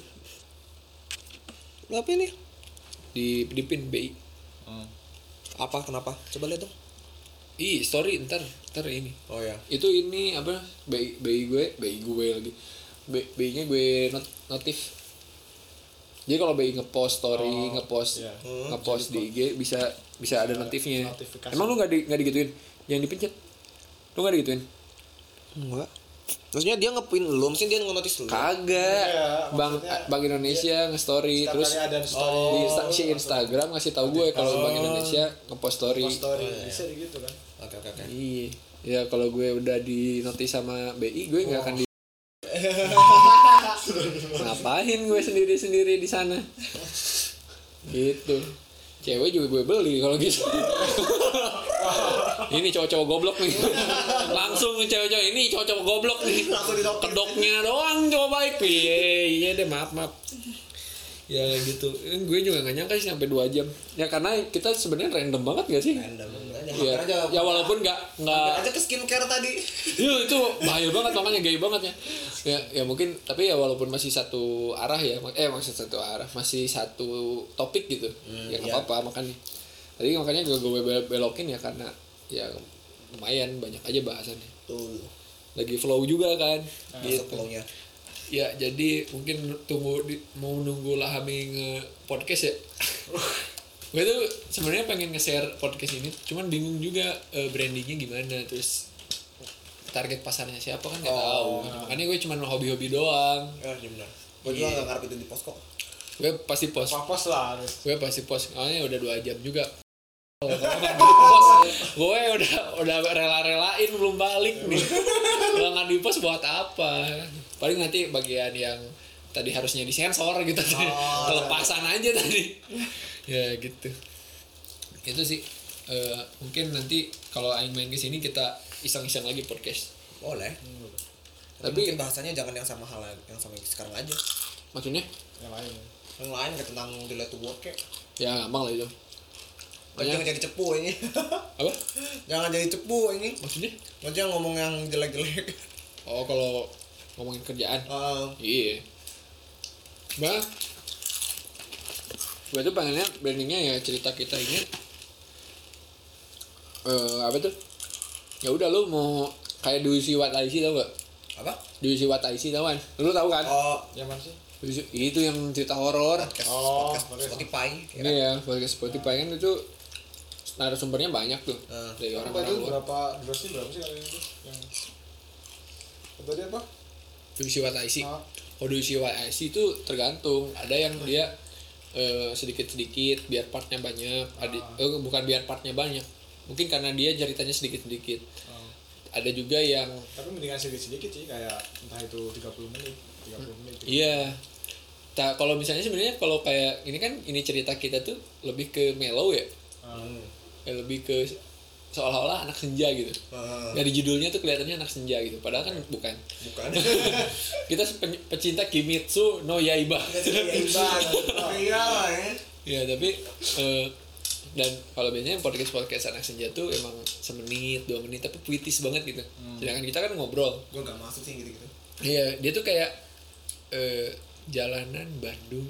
Lu apa ini? Di di pin B I. Hmm. Apa kenapa? Coba lihat dong. Ih story ntar ntar ini. Oh ya. Itu ini apa? B I B I gue B I gue lagi. B I-nya gue not, notif. Jadi kalau B I ngepost story, oh, ngepost, yeah. hmm, ngepost di I G bisa bisa ada notifnya. Emang lu nggak di nggak digituin? Yang dipencet? Lu nggak digituin? Enggak. Maksudnya dia ngepin lu, mungkin dia nge-notice lu. Kagak. Ya, Bang Bang Indonesia iya, nge-story terus story. Oh, di Insta- si Instagram ngasih tahu gue kalau oh. Bang Indonesia ngepost story. Nge-post story. Oh, bisa iya. gitu kan. Oke oke oke. Iya. Ya kalau gue udah di notice sama B I, gue enggak oh. akan di ngapain gue sendiri-sendiri di sana gitu cewek juga gue beli kalau gitu. Ini cowok-cowok goblok nih. Langsung cewek-cewek ini cowok-cowok goblok nih. Langsung ditokin. Kedoknya doang cowok baik. Iya, iya deh maaf maaf. Ya gitu. Gue juga gak nyangka sih sampai dua jam. Ya karena kita sebenarnya random banget gak sih? Random. Ya, aja, ya walaupun nggak nggak aja ke skincare tadi. Iya itu bahaya banget makanya gay banget ya. Ya ya mungkin tapi ya walaupun masih satu arah ya eh masih satu arah masih satu topik gitu. Hmm, ya nggak iya. apa-apa makanya. Tadi makanya gue gue belokin ya karena ya lumayan banyak aja bahasannya. Tuh. Lagi flow juga kan. Nah, gitu. Flownya. Ya jadi mungkin tunggu di, mau nunggu Lahami nge podcast ya. Gue tuh sebenarnya pengen nge-share podcast ini, cuman bingung juga uh, brandingnya gimana, terus target pasarnya siapa kan nggak oh, tahu. Nah. Makanya gue cuman hobi-hobi doang. Ya benar. Gue juga nggak ngarep itu di post kok. Gue pasti post. Post lah harus. Gue pasti post. Soalnya udah dua jam juga. Oh, post, gue udah udah rela-relain belum balik nih. Kalau nggak di post buat apa? Paling nanti bagian yang tadi harusnya disensor gitu, oh, kelepasan aja tadi. Ya gitu. Itu sih uh, mungkin nanti kalau aing main ke sini kita iseng-iseng lagi podcast. Boleh. Hmm. Tapi, Tapi mungkin bahasanya jangan yang sama hal yang sama sekarang aja. Maksudnya? Yang lain. Yang lain kayak tentang delete to work kayak. Ya gampang lah itu. Jangan jadi cepu ini. Apa? Jangan jadi cepu ini. Maksudnya? Maksudnya ngomong yang jelek-jelek. Oh kalau ngomongin kerjaan. Uh, iya. Bah. Gue tuh pengennya brandingnya ya cerita kita ini uh, apa tuh ya udah lu mau kayak Do You See What I See tau gak? Apa? Do You See What I See tau kan? Lu tau kan? Oh yang mana sih? Itu yang cerita horor. Podcast, oh, podcast Spotify. Iya ya, podcast Spotify kan itu narasumbernya banyak tuh uh, dari orang-orang luar. Berapa durasi berapa sih kali itu yang tadi apa? Do You See What I See. Ah. Oh Do You See What I See itu tergantung. Ada yang dia Uh, sedikit-sedikit biar partnya banyak, ada uh, bukan biar partnya banyak, mungkin karena dia ceritanya sedikit-sedikit. Oh. Ada juga yang tapi mendingan sedikit-sedikit sih kayak entah itu tiga puluh menit, tiga puluh menit. Gitu. Iya. Tak kalau misalnya sebenarnya kalau kayak ini kan ini cerita kita tuh lebih ke mellow ya. Hmm. Ya, lebih ke seolah-olah anak senja gitu. Uh. Dari judulnya tuh kelihatannya anak senja gitu. Padahal kan bukan. Bukan. Kita pecinta Kimetsu no Yaiba. Yaiba. Oh iya ya. Ya tapi uh, dan kalau biasanya podcast podcast anak senja tuh emang semenit dua menit tapi puitis banget gitu. Hmm. Sedangkan kita kan ngobrol. Gue nggak masuk sih gitu-gitu. Iya dia tuh kayak uh, jalanan Bandung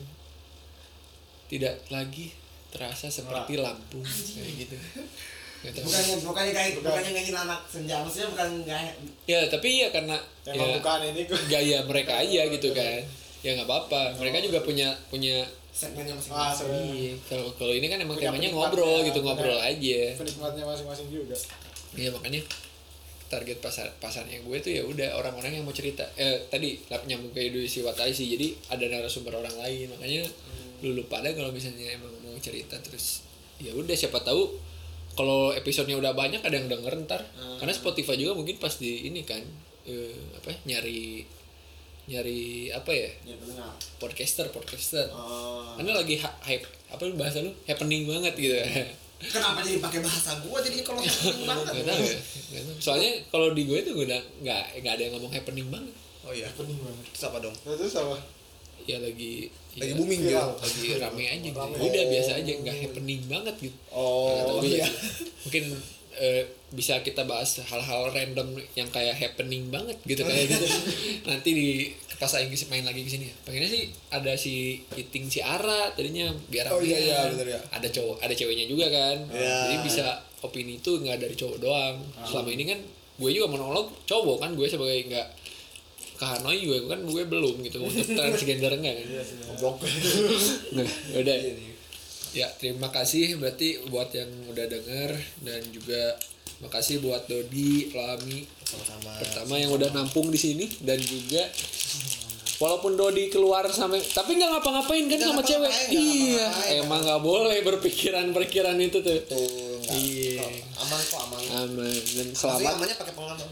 tidak lagi terasa seperti Lampung kayak gitu. Bukannya bukannya kayak bukan. bukannya nyanyiin anak senja, maksudnya bukan nggak. Ya tapi ya karena emang ya, bukan ini gaya mereka aja gitu kan. Ya nggak apa-apa. Mereka juga punya punya segmennya masing-masing. Ah, iya. Kalau kalau ini kan emang temanya ngobrol gitu, ngobrol aja. Penikmatnya masing-masing juga. Iya makanya target pasar pasarnya gue tuh ya udah orang-orang yang mau cerita. Eh tadi lap nyambung kayak Do You See What I See. Jadi ada narasumber orang lain. Makanya hmm. lu lupa ada kalau misalnya emang mau cerita terus ya udah siapa tahu kalau episodenya udah banyak ada yang denger ntar. Hmm. Karena Spotify juga mungkin pas di ini kan eh, apa nyari nyari apa ya? Ya benar. Podcaster, podcaster. Oh. Karena lagi ha- hype apa bahasa lu? Happening banget gitu. Kenapa jadi pakai bahasa gua jadinya kalau happening banget? Gak tahu ya. Soalnya kalau di gue tuh udah nggak nggak ada yang ngomong happening banget. Oh iya. Happening banget. Terus apa dong? Nah, terus apa? Ya lagi lagi ya, booming gitu. Lagi rame aja gitu. Oh. Udah biasa aja, nggak happening banget gitu. Oh nah, iya. Mungkin uh, bisa kita bahas hal-hal random yang kayak happening banget gitu kayak gitu. Nanti di pas Inggris main lagi ke sini. Pengennya sih ada si Iting si Ara tadinya biar oh, iya, iya, bener, ya. Ada cowok, ada ceweknya juga kan. Ya. Jadi bisa opini itu nggak dari cowok doang. Hmm. Selama ini kan gue juga monolog cowok kan, gue sebagai nggak ke Hanoi juga kan gue belum gitu untuk transgender enggak kan. Goblok. Nah, udah. Ya, terima kasih berarti buat yang udah denger dan juga makasih buat Dodi, Lami sama-sama. Pertama yang udah nampung di sini dan juga walaupun Dodi keluar sampai tapi nggak ngapa-ngapain kan gak sama cewek. Iya, ngapa-ngapain. Emang nggak boleh berpikiran-pikiran itu tuh. Tuh, iya. Aman kok, aman. Aman dan selamat. Amannya pakai pengaman.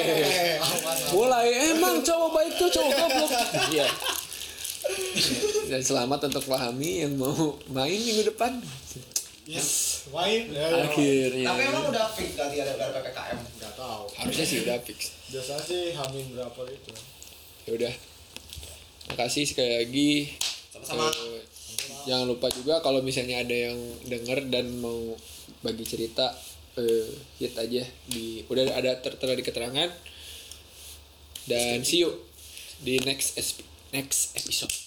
Mulai emang cowok baik tuh cowok goblok. Iya. Dan selamat untuk Fahmi yang mau main minggu depan. Yes, main. Ya, ya. Akhirnya. Tapi emang udah fix ganti ada P P K M? Nggak tahu. Harusnya sih udah fix. Biasanya sih hamin berapa itu. Ya udah. Makasih sekali lagi. Sama-sama. Eh, jangan lupa juga kalau misalnya ada yang denger dan mau bagi cerita, eh, hit aja di udah ada tertera di keterangan. Dan see you di next next episode.